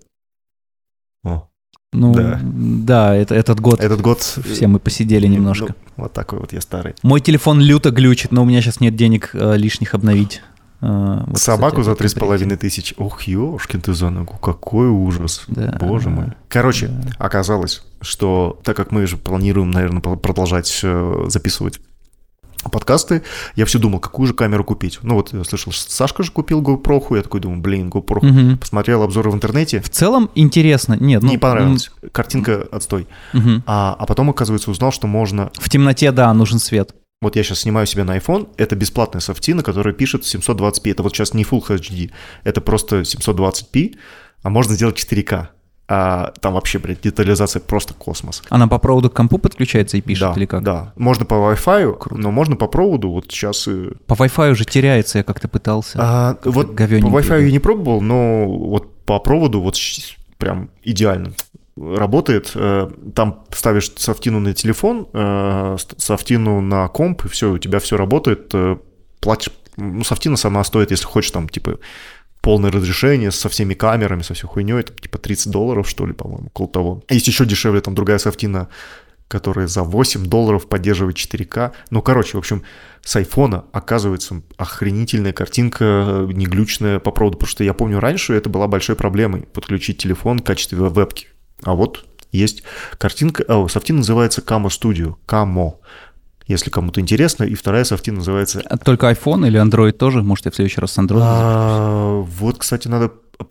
О, Ну, да. да, это, этот год этот год... все мы посидели ну, немножко. ну, вот такой вот я старый. Мой телефон люто глючит, но у меня сейчас нет денег э, лишних обновить. Э, вот, Собаку кстати, за это три с половиной прикольно. тысячи. Ох, ёшкин ты за ногу, какой ужас. Да. Боже мой. Короче, оказалось, что так как мы же планируем, наверное, пол- продолжать э, записывать подкасты, я все думал, какую же камеру купить. Ну вот я слышал, что Сашка же купил GoPro, я такой думаю, блин, GoPro. Мгм. Посмотрел обзоры в интернете, В целом интересно. Нет, ну, не понравилось. Картинка отстой. м, мгм. А, а потом, оказывается, узнал, что можно... В темноте, да, нужен свет. Вот я сейчас снимаю себе на iPhone, это бесплатная софтина, которая пишет семьсот двадцать пи. Это вот сейчас не Full эйч ди, это просто семьсот двадцать пи, а можно сделать четыре ка. А там вообще, блядь, детализация просто космос. Она по проводу к компу подключается и пишет Да, или как? да. Можно по Wi-Fi, но можно по проводу. Вот сейчас... э, По Wi-Fi уже теряется, я как-то пытался. а, Как-то вот по говёненько Wi-Fi идёт. я не пробовал, но вот по проводу вот щ- прям идеально работает. Э, Там ставишь софтину на телефон, э, с- софтину на комп, и все, у тебя все работает. э, Платишь... Ну, софтина сама стоит, если хочешь, там, типа, полное разрешение со всеми камерами, со всей хуйней, это типа тридцать долларов, что ли, по-моему, около того. Есть еще дешевле, там другая софтина, которая за восемь долларов поддерживает четыре ка. Ну, короче, в общем, с айфона оказывается охренительная картинка, не глючная по проводу, потому что я помню, раньше это была большой проблемой подключить телефон в качестве вебки. А вот есть картинка, о, софтина называется Camo Studio, Camo, если кому-то интересно, и вторая софтина называется... А только iPhone или Android тоже? Может, я в следующий раз с Android запишу? А, вот, кстати, надо,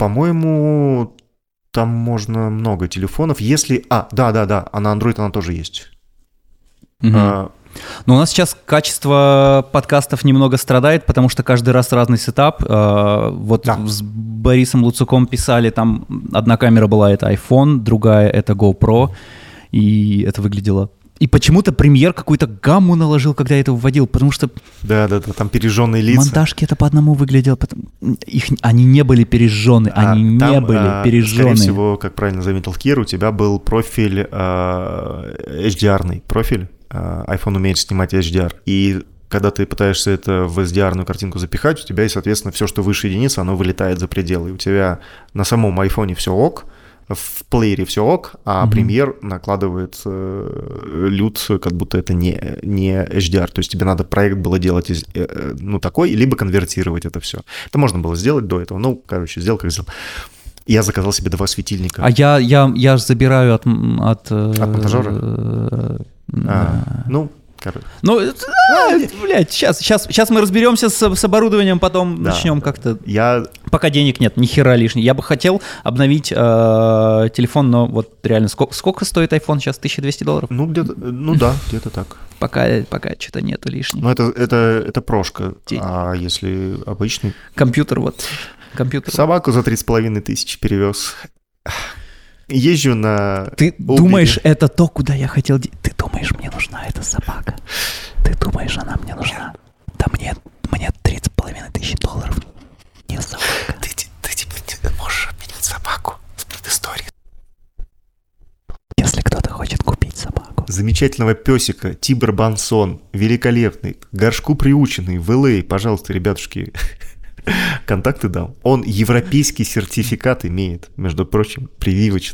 по-моему, там можно много телефонов. Если, а, да, да, да, а на Android она тоже есть. Мгм. А, Но у нас сейчас качество подкастов немного страдает, потому что каждый раз разный сетап. Э, Вот Да. с Борисом Луцуком писали, там одна камера была это iPhone, другая это GoPro, и это выглядело... И почему-то премьер какую-то гамму наложил, когда я это вводил, потому что да, да, да, там пережженные лица. монтажки это по одному выглядело, потом... их... они не были пережжены, А, они не там, были а, пережжены. Скорее всего, как правильно заметил Кир, у тебя был профиль а, эйч ди ар-ный профиль. А, iPhone умеет снимать эйч ди ар. И когда ты пытаешься это в эс ди ар-ную картинку запихать, у тебя, соответственно, все, что выше единицы, оно вылетает за пределы. И у тебя на самом iPhone все ок, в плеере все ок, а Мгм. премьер накладывает э, лют, как будто это не, не эйч ди ар. То есть тебе надо проект было делать из, э, э, ну, такой, либо конвертировать это все. Это можно было сделать до этого. Ну, короче, сделал, как сделал. Я заказал себе два светильника. А я, я, я же забираю от... м, От, э, От монтажера? э, А, да. ну, короче. Ну, это- а, блядь, сейчас, сейчас, сейчас мы разберемся с, с оборудованием, потом Да, начнем да. как-то. Я, Пока денег нет, ни хера лишний. Я бы хотел обновить э, телефон, но вот реально, сколько, сколько стоит iPhone сейчас? тысяча двести долларов? ну, где-то, ну да, где-то так. Пока, пока что-то нету лишнего. Но это, это, это прошка. День. А если обычный? Компьютер вот, компьютер. Собаку за три с половиной тысячи перевез. Езжу на... Ты Убери. думаешь, это то, куда я хотел... де- Ты думаешь, мне нужна эта собака? Ты думаешь, она мне нужна? Да мне, мне три с половиной тысячи долларов. Не собака. Ты, ты, ты можешь обменять собаку с предысторией. Если кто-то хочет купить собаку. Замечательного песика Тибер Бансон, великолепный, к горшку приученный, в эл эй, пожалуйста, ребятушки, контакты дам. Он европейский сертификат имеет, между прочим, прививочный.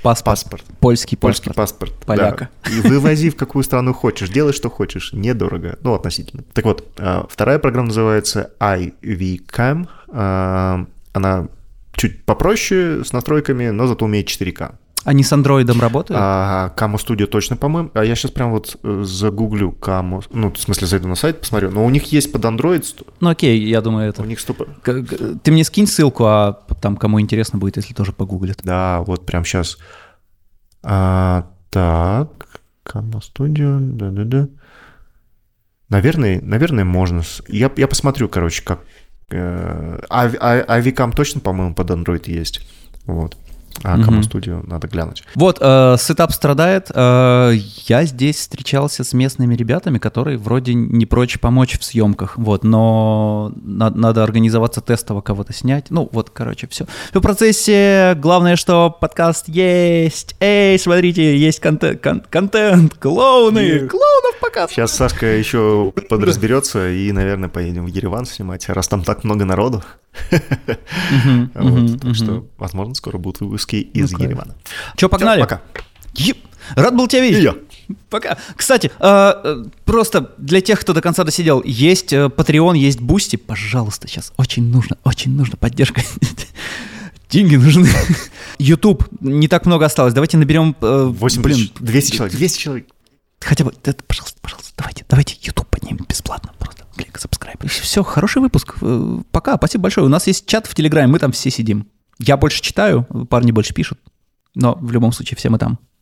Паспорт. Паспорт. Польский, Польский паспорт. паспорт. Поляка. Да. И вывози в какую страну хочешь, делай что хочешь, недорого, ну, относительно. Так вот, вторая программа называется iVCam. Она чуть попроще, с настройками, но зато умеет четыре ка. Они с андроидом работают? А, Camo Studio точно, по-моему. А я сейчас прям вот загуглю Camo, ну, в смысле, зайду на сайт, посмотрю. Но у них есть под Android. Ну, окей, я думаю, это... У них стопы. Ты мне скинь ссылку, а там кому интересно будет, если тоже погуглят. Да, вот прям сейчас. А, так, Camo Studio, да-да-да. Наверное, наверное, можно. Я, я посмотрю, короче, как... Э, iVCam точно, по-моему, под Android есть. Вот. А Camo Studio надо глянуть. Вот, э, сетап страдает. Э, я здесь встречался с местными ребятами, которые вроде не прочь помочь в съемках. Вот, но на- надо организоваться тестово кого-то снять. Ну, вот, короче, все. В процессе главное, что подкаст есть. Эй, смотрите, есть контент, кон- контент, клоуны, Е- клоунов показывают. Сейчас Сашка еще подразберется и, наверное, поедем в Ереван снимать, раз там так много народу. Мгм, Вот, мгм, так что, мгм. возможно, скоро будут выпуски из Ну-ка. Еревана. Че, погнали? Всё, пока. Еп. Рад был тебя видеть. И я. Пока. Кстати, э, э, просто для тех, кто до конца досидел, есть э, Patreon, есть Boosty. Пожалуйста, сейчас очень нужно, очень нужно поддержка. Деньги нужны. YouTube, не так много осталось. Давайте наберем... э, восемь блин, тысяч, двести человек, двести человек. Хотя бы, да, пожалуйста, пожалуйста, давайте, давайте YouTube поднимем бесплатно. Просто клик, subscribe. Все, хороший выпуск. Э, Пока, спасибо большое. У нас есть чат в Телеграме, мы там все сидим. Я больше читаю, парни больше пишут. Но в любом случае все мы там.